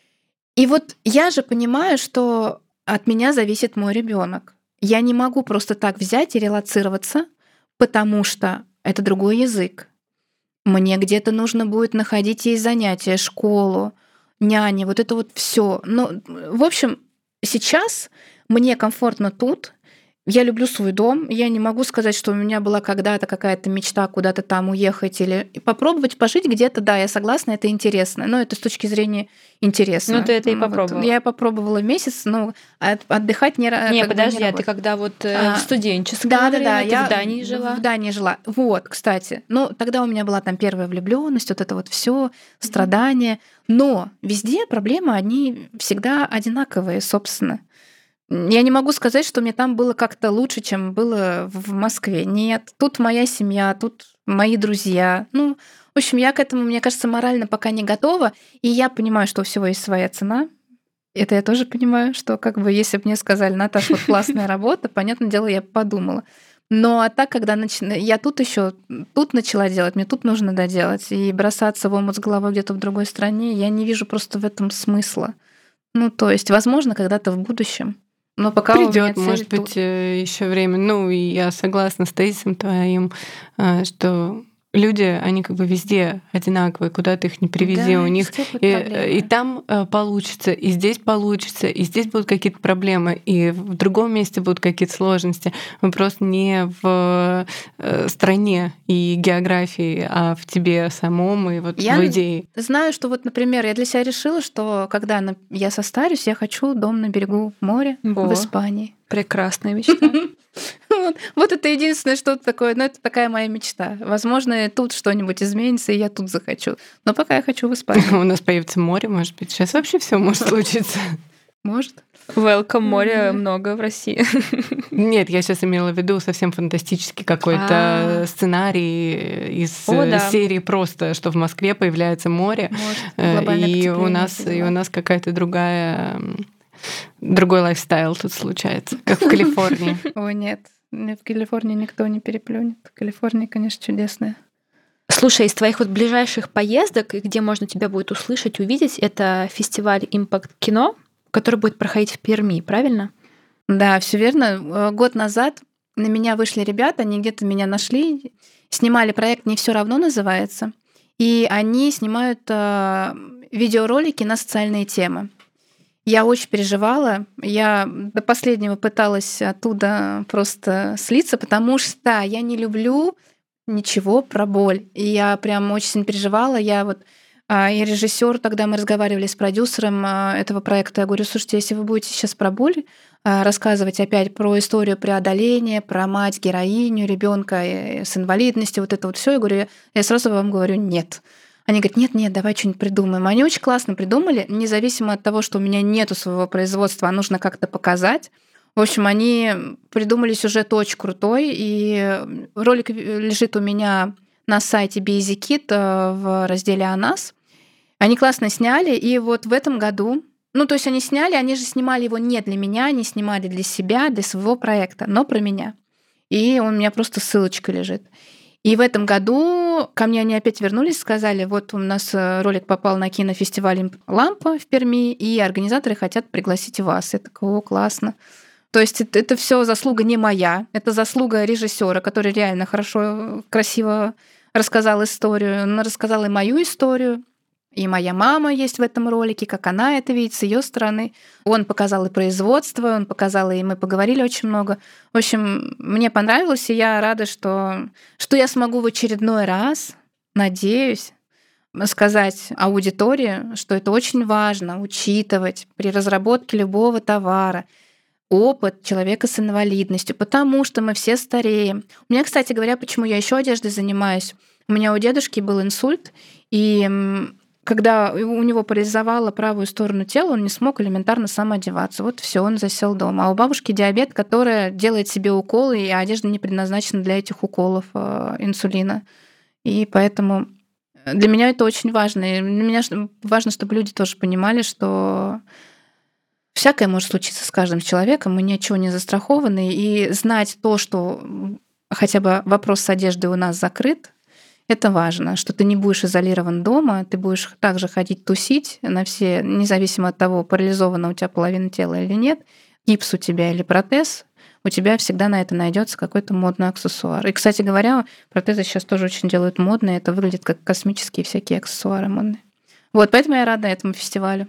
И вот я же понимаю, что от меня зависит мой ребенок. Я не могу просто так взять и релацироваться, потому что это другой язык. Мне где-то нужно будет находить ей занятия, школу, няни, вот это вот все. Ну, в общем, сейчас мне комфортно тут. Я люблю свой дом. Я не могу сказать, что у меня была когда-то какая-то мечта куда-то там уехать или попробовать пожить где-то. Да, я согласна, это интересно. Но это с точки зрения интересно. Ну, ты это и попробовала. Вот. Я попробовала месяц, но отдыхать не... Не, подожди, а ты когда вот в студенческое время, ты в Дании жила? В Дании жила. Вот, кстати. Ну, тогда у меня была там первая влюбленность, вот это вот все, страдания. Но везде проблемы, они всегда одинаковые, собственно. Я не могу сказать, что мне там было как-то лучше, чем было в Москве. Нет, тут моя семья, тут мои друзья. Ну, в общем, я к этому, мне кажется, морально пока не готова. И я понимаю, что у всего есть своя цена. Это я тоже понимаю, что как бы если бы мне сказали, Наташа, вот классная работа, понятное дело, я бы подумала. Но а так, когда я тут еще тут начала делать, мне тут нужно доделать, и бросаться в омут с головой где-то в другой стране, я не вижу просто в этом смысла. Ну, то есть, возможно, когда-то в будущем. Но пока придет, может быть, еще время. Ну, и я согласна с тезисом твоим, что люди, они как бы везде одинаковые, куда ты их не привези, да, у них и там получится, и здесь получится, и здесь будут какие-то проблемы, и в другом месте будут какие-то сложности. Вопрос не в стране и географии, а в тебе самом и вот в идее. Я знаю, что вот, например, я для себя решила, что когда я состарюсь, я хочу дом на берегу моря в Испании. Прекрасная мечта. Вот это единственное что-то такое, но это такая моя мечта. Возможно, тут что-нибудь изменится, и я тут захочу. Но пока я хочу в Испанию. У нас появится море, может быть. Сейчас вообще все может случиться. Может. Welcome, моря много в России. Нет, я сейчас имела в виду совсем фантастический какой-то сценарий из серии просто, что в Москве появляется море, и у нас какая-то другой лайфстайл тут случается, как в Калифорнии. О, нет. В Калифорнии никто не переплюнет. Калифорния, конечно, чудесная. Слушай, из твоих вот ближайших поездок, где можно тебя будет услышать, увидеть, это фестиваль «Импакт кино», который будет проходить в Перми, правильно? Да, все верно. Год назад на меня вышли ребята, они где-то меня нашли, снимали проект «Не все равно» называется, и они снимают видеоролики на социальные темы. Я очень переживала, я до последнего пыталась оттуда просто слиться, потому что я не люблю ничего про боль. И я прям очень сильно переживала. И режиссер, тогда мы разговаривали с продюсером этого проекта, я говорю, слушайте, если вы будете сейчас про боль рассказывать опять про историю преодоления, про мать-героиню, ребенка с инвалидностью, вот это вот все, я говорю, я сразу вам говорю нет. Они говорят, нет, давай что-нибудь придумаем. Они очень классно придумали, независимо от того, что у меня нету своего производства, а нужно как-то показать. В общем, они придумали сюжет очень крутой, и ролик лежит у меня на сайте Busy Kid в разделе «О нас». Они классно сняли, и вот в этом году, ну, то есть они же снимали его не для меня, они снимали для себя, для своего проекта, но про меня. И у меня просто ссылочка лежит. И в этом году ко мне они опять вернулись, сказали, вот у нас ролик попал на кинофестиваль «Лампа» в Перми, и организаторы хотят пригласить вас. Я такая, о, классно. То есть это все заслуга не моя, это заслуга режиссера, который реально хорошо, красиво рассказал историю. Он рассказал и мою историю, и моя мама есть в этом ролике, как она это видит с ее стороны. Он показал и производство, он показал, и мы поговорили очень много. В общем, мне понравилось, и я рада, что я смогу в очередной раз, надеюсь, сказать аудитории, что это очень важно учитывать при разработке любого товара. опыт человека с инвалидностью, потому что мы все стареем. У меня, кстати говоря, почему я еще одеждой занимаюсь, у меня у дедушки был инсульт, и когда у него парализовало правую сторону тела, он не смог элементарно сам одеваться. Вот все, он засел дома. А у бабушки диабет, которая делает себе уколы, и одежда не предназначена для этих уколов инсулина. И поэтому для меня это очень важно. И для меня важно, чтобы люди тоже понимали, что всякое может случиться с каждым человеком, мы ни от чего не застрахованы. И знать то, что хотя бы вопрос с одеждой у нас закрыт, это важно, что ты не будешь изолирован дома, ты будешь также ходить тусить на все, независимо от того, парализована у тебя половина тела или нет, гипс у тебя или протез, у тебя всегда на это найдется какой-то модный аксессуар. И, кстати говоря, протезы сейчас тоже очень делают модные, это выглядит как космические всякие аксессуары модные. Вот, поэтому я рада этому фестивалю.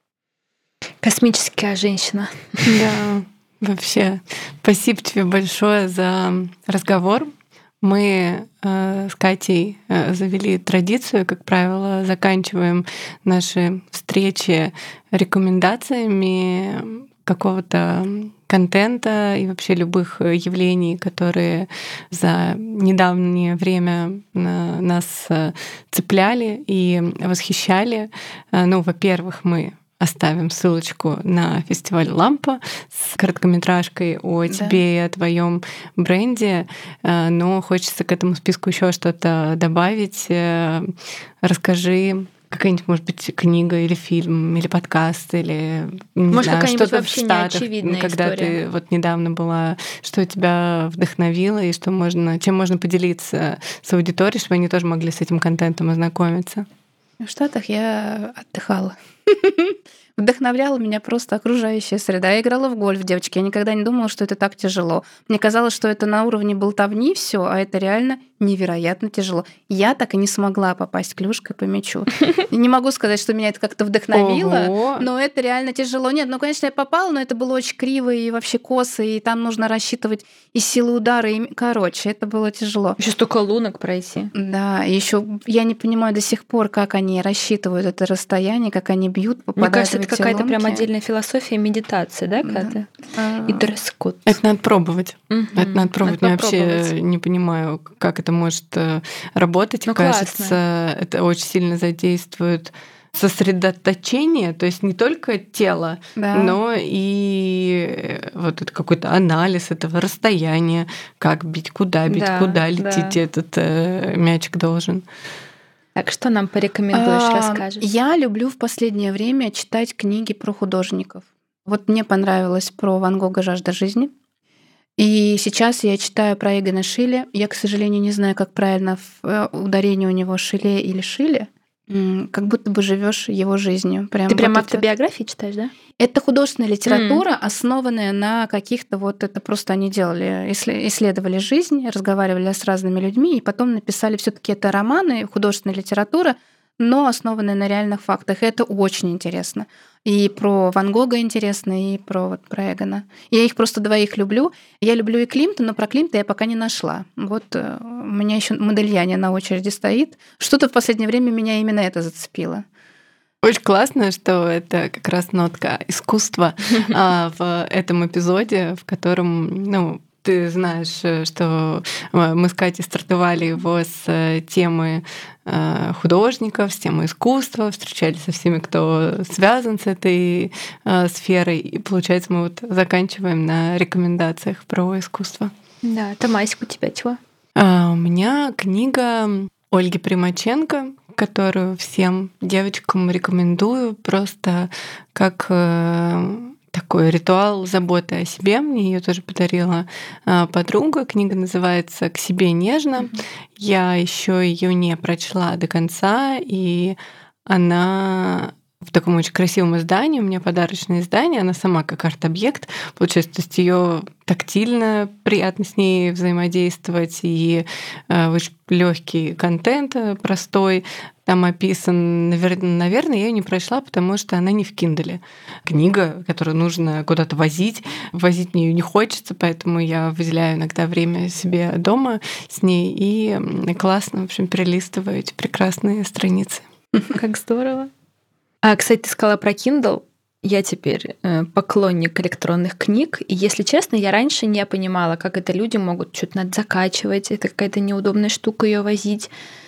Космическая женщина. Да, вообще. Спасибо тебе большое за разговор. Мы с Катей завели традицию, как правило, заканчиваем наши встречи рекомендациями какого-то контента и вообще любых явлений, которые за недавнее время нас цепляли и восхищали. Ну, во-первых, мы оставим ссылочку на фестиваль «Лампа» с короткометражкой о тебе и о твоем бренде, но хочется к этому списку еще что-то добавить. Расскажи, какая-нибудь, может быть, книга или фильм, или подкаст, или может, знаю, какая-нибудь что-то вообще в Штатах, неочевидная когда история. ты вот недавно была, что тебя вдохновило, и что можно, чем можно поделиться с аудиторией, чтобы они тоже могли с этим контентом ознакомиться. В Штатах я отдыхала. Вдохновляла меня просто окружающая среда. Я играла в гольф, девочки. Я никогда не думала, что это так тяжело. Мне казалось, что это на уровне болтовни все, а это реально невероятно тяжело. Я так и не смогла попасть клюшкой по мячу. Не могу сказать, что меня это как-то вдохновило, но это реально тяжело. Нет, ну, конечно, я попала, но это было очень криво и вообще косо, и там нужно рассчитывать и силу удара, и... Короче, это было тяжело. Еще столько лунок пройти. Да, еще я не понимаю до сих пор, как они рассчитывают это расстояние, как они бьют, попадают. Мне кажется, это в эти какая-то прям лунки. отдельная философия медитации, да, Катя? И дресс-код. Это надо пробовать. Это надо пробовать. Надо Я вообще не понимаю, как это может работать. Ну, кажется, классно. это очень сильно задействует сосредоточение, то есть не только тело, но и вот это какой-то анализ этого расстояния, как бить, куда лететь этот мячик должен. Так, что нам порекомендуешь, расскажешь? Я люблю в последнее время читать книги про художников. Вот мне понравилось про Ван Гога «Жажда жизни». И сейчас я читаю про Эгона Шиле. Я, к сожалению, не знаю, как правильно ударение у него Шиле или Шиле. Как будто бы живешь его жизнью. Ты прям автобиографии читаешь, да? Это художественная литература, основанная на каких-то вот это просто они делали, исследовали жизнь, разговаривали с разными людьми, и потом написали все-таки это романы, художественная литература, но основанная на реальных фактах. И это очень интересно. И про Ван Гога интересно, и про Эгона. Я их просто двоих люблю. Я люблю и Климта, но про Климта я пока не нашла. Вот у меня еще Модельяне на очереди стоит. Что-то в последнее время меня именно это зацепило. Очень классно, что это как раз нотка искусства в этом эпизоде, в котором, ты знаешь, что мы с Катей стартовали его с темы художников, с темы искусства, встречались со всеми, кто связан с этой сферой, и, получается, мы вот заканчиваем на рекомендациях про искусство. Да, Тамасик, у тебя чего? У меня книга Ольги Примаченко, которую всем девочкам рекомендую просто как такой ритуал заботы о себе. Мне ее тоже подарила подруга. Книга называется «К себе нежно». Я еще ее не прочла до конца, и она в таком очень красивом издании. У меня подарочное издание, она сама как арт-объект. Получается, то есть ее тактильно приятно с ней взаимодействовать, и очень легкий контент, простой. Там описан, наверное, я ее не прочла, потому что она не в Kindle. Книга, которую нужно куда-то возить. Возить мне ее не хочется, поэтому я выделяю иногда время себе дома с ней, и классно, в общем, перелистываю эти прекрасные страницы. Как здорово. Кстати, ты сказала про Kindle. Я теперь поклонник электронных книг. И, если честно, я раньше не понимала, как это люди могут что-то надо закачивать. Это какая-то неудобная штука ее возить.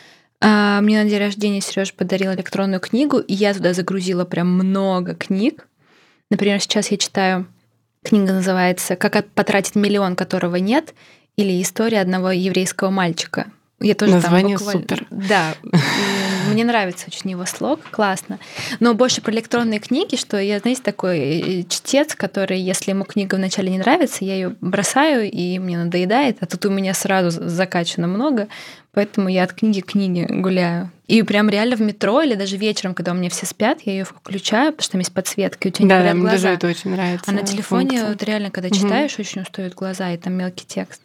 Мне на день рождения Сережа подарил электронную книгу, и я туда загрузила прям много книг. Например, сейчас я читаю, книга называется «Как потратить миллион, которого нет», или «История одного еврейского мальчика». Я тоже Название там буквально... супер. Да, мне нравится очень его слог, классно. Но больше про электронные книги, что я, знаете, такой чтец, который, если ему книга вначале не нравится, я ее бросаю, и мне надоедает, а тут у меня сразу закачано много, поэтому я от книги к книге гуляю. И прям реально в метро или даже вечером, когда у меня все спят, я ее включаю, потому что там есть подсветка, и у тебя не горят мне глаза. даже это очень нравится. А на телефоне функция. вот реально, когда читаешь, очень устают глаза, и там мелкий текст.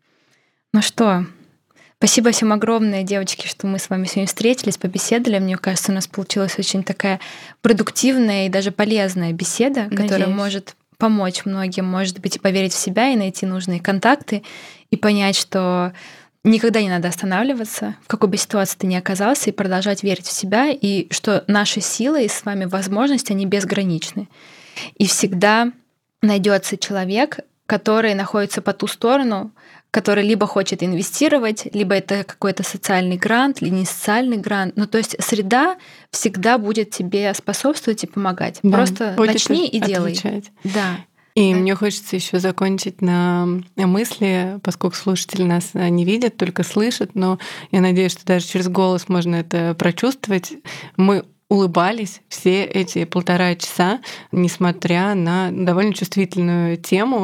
Ну что, спасибо всем огромное, девочки, что мы с вами сегодня встретились, побеседовали. Мне кажется, у нас получилась очень такая продуктивная и даже полезная беседа, которая может помочь многим, может быть, и поверить в себя, и найти нужные контакты, и понять, что никогда не надо останавливаться, в какой бы ситуации ты ни оказался, и продолжать верить в себя, и что наши силы и с вами возможности, они безграничны. И всегда найдется человек, который находится по ту сторону, который либо хочет инвестировать, либо это какой-то социальный грант, или не социальный грант. Ну, то есть среда всегда будет тебе способствовать и помогать. Да, просто начни и делай. Да. И мне хочется еще закончить на мысли, поскольку слушатели нас не видят, только слышат, но я надеюсь, что даже через голос можно это прочувствовать. Мы улыбались все эти 1,5 часа, несмотря на довольно чувствительную тему.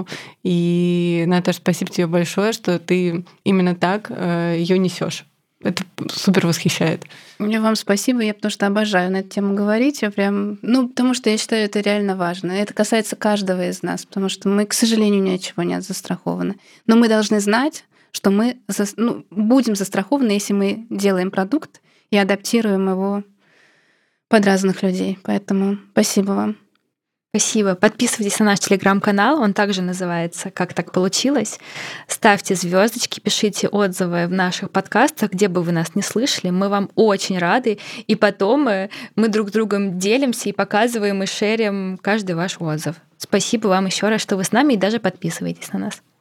И, Наташа, спасибо тебе большое, что ты именно так ее несешь. Это супер восхищает. Мне вам спасибо, я потому что обожаю на эту тему говорить. Я прям, потому что я считаю, это реально важно. Это касается каждого из нас, потому что мы, к сожалению, ни от чего не застрахованы. Но мы должны знать, что мы будем застрахованы, если мы делаем продукт и адаптируем его под разных людей. Поэтому спасибо вам. Спасибо. Подписывайтесь на наш телеграм-канал, он также называется «Как так получилось?». Ставьте звездочки, пишите отзывы в наших подкастах, где бы вы нас не слышали. Мы вам очень рады. И потом мы друг с другом делимся и показываем, и шерим каждый ваш отзыв. Спасибо вам еще раз, что вы с нами, и даже подписывайтесь на нас.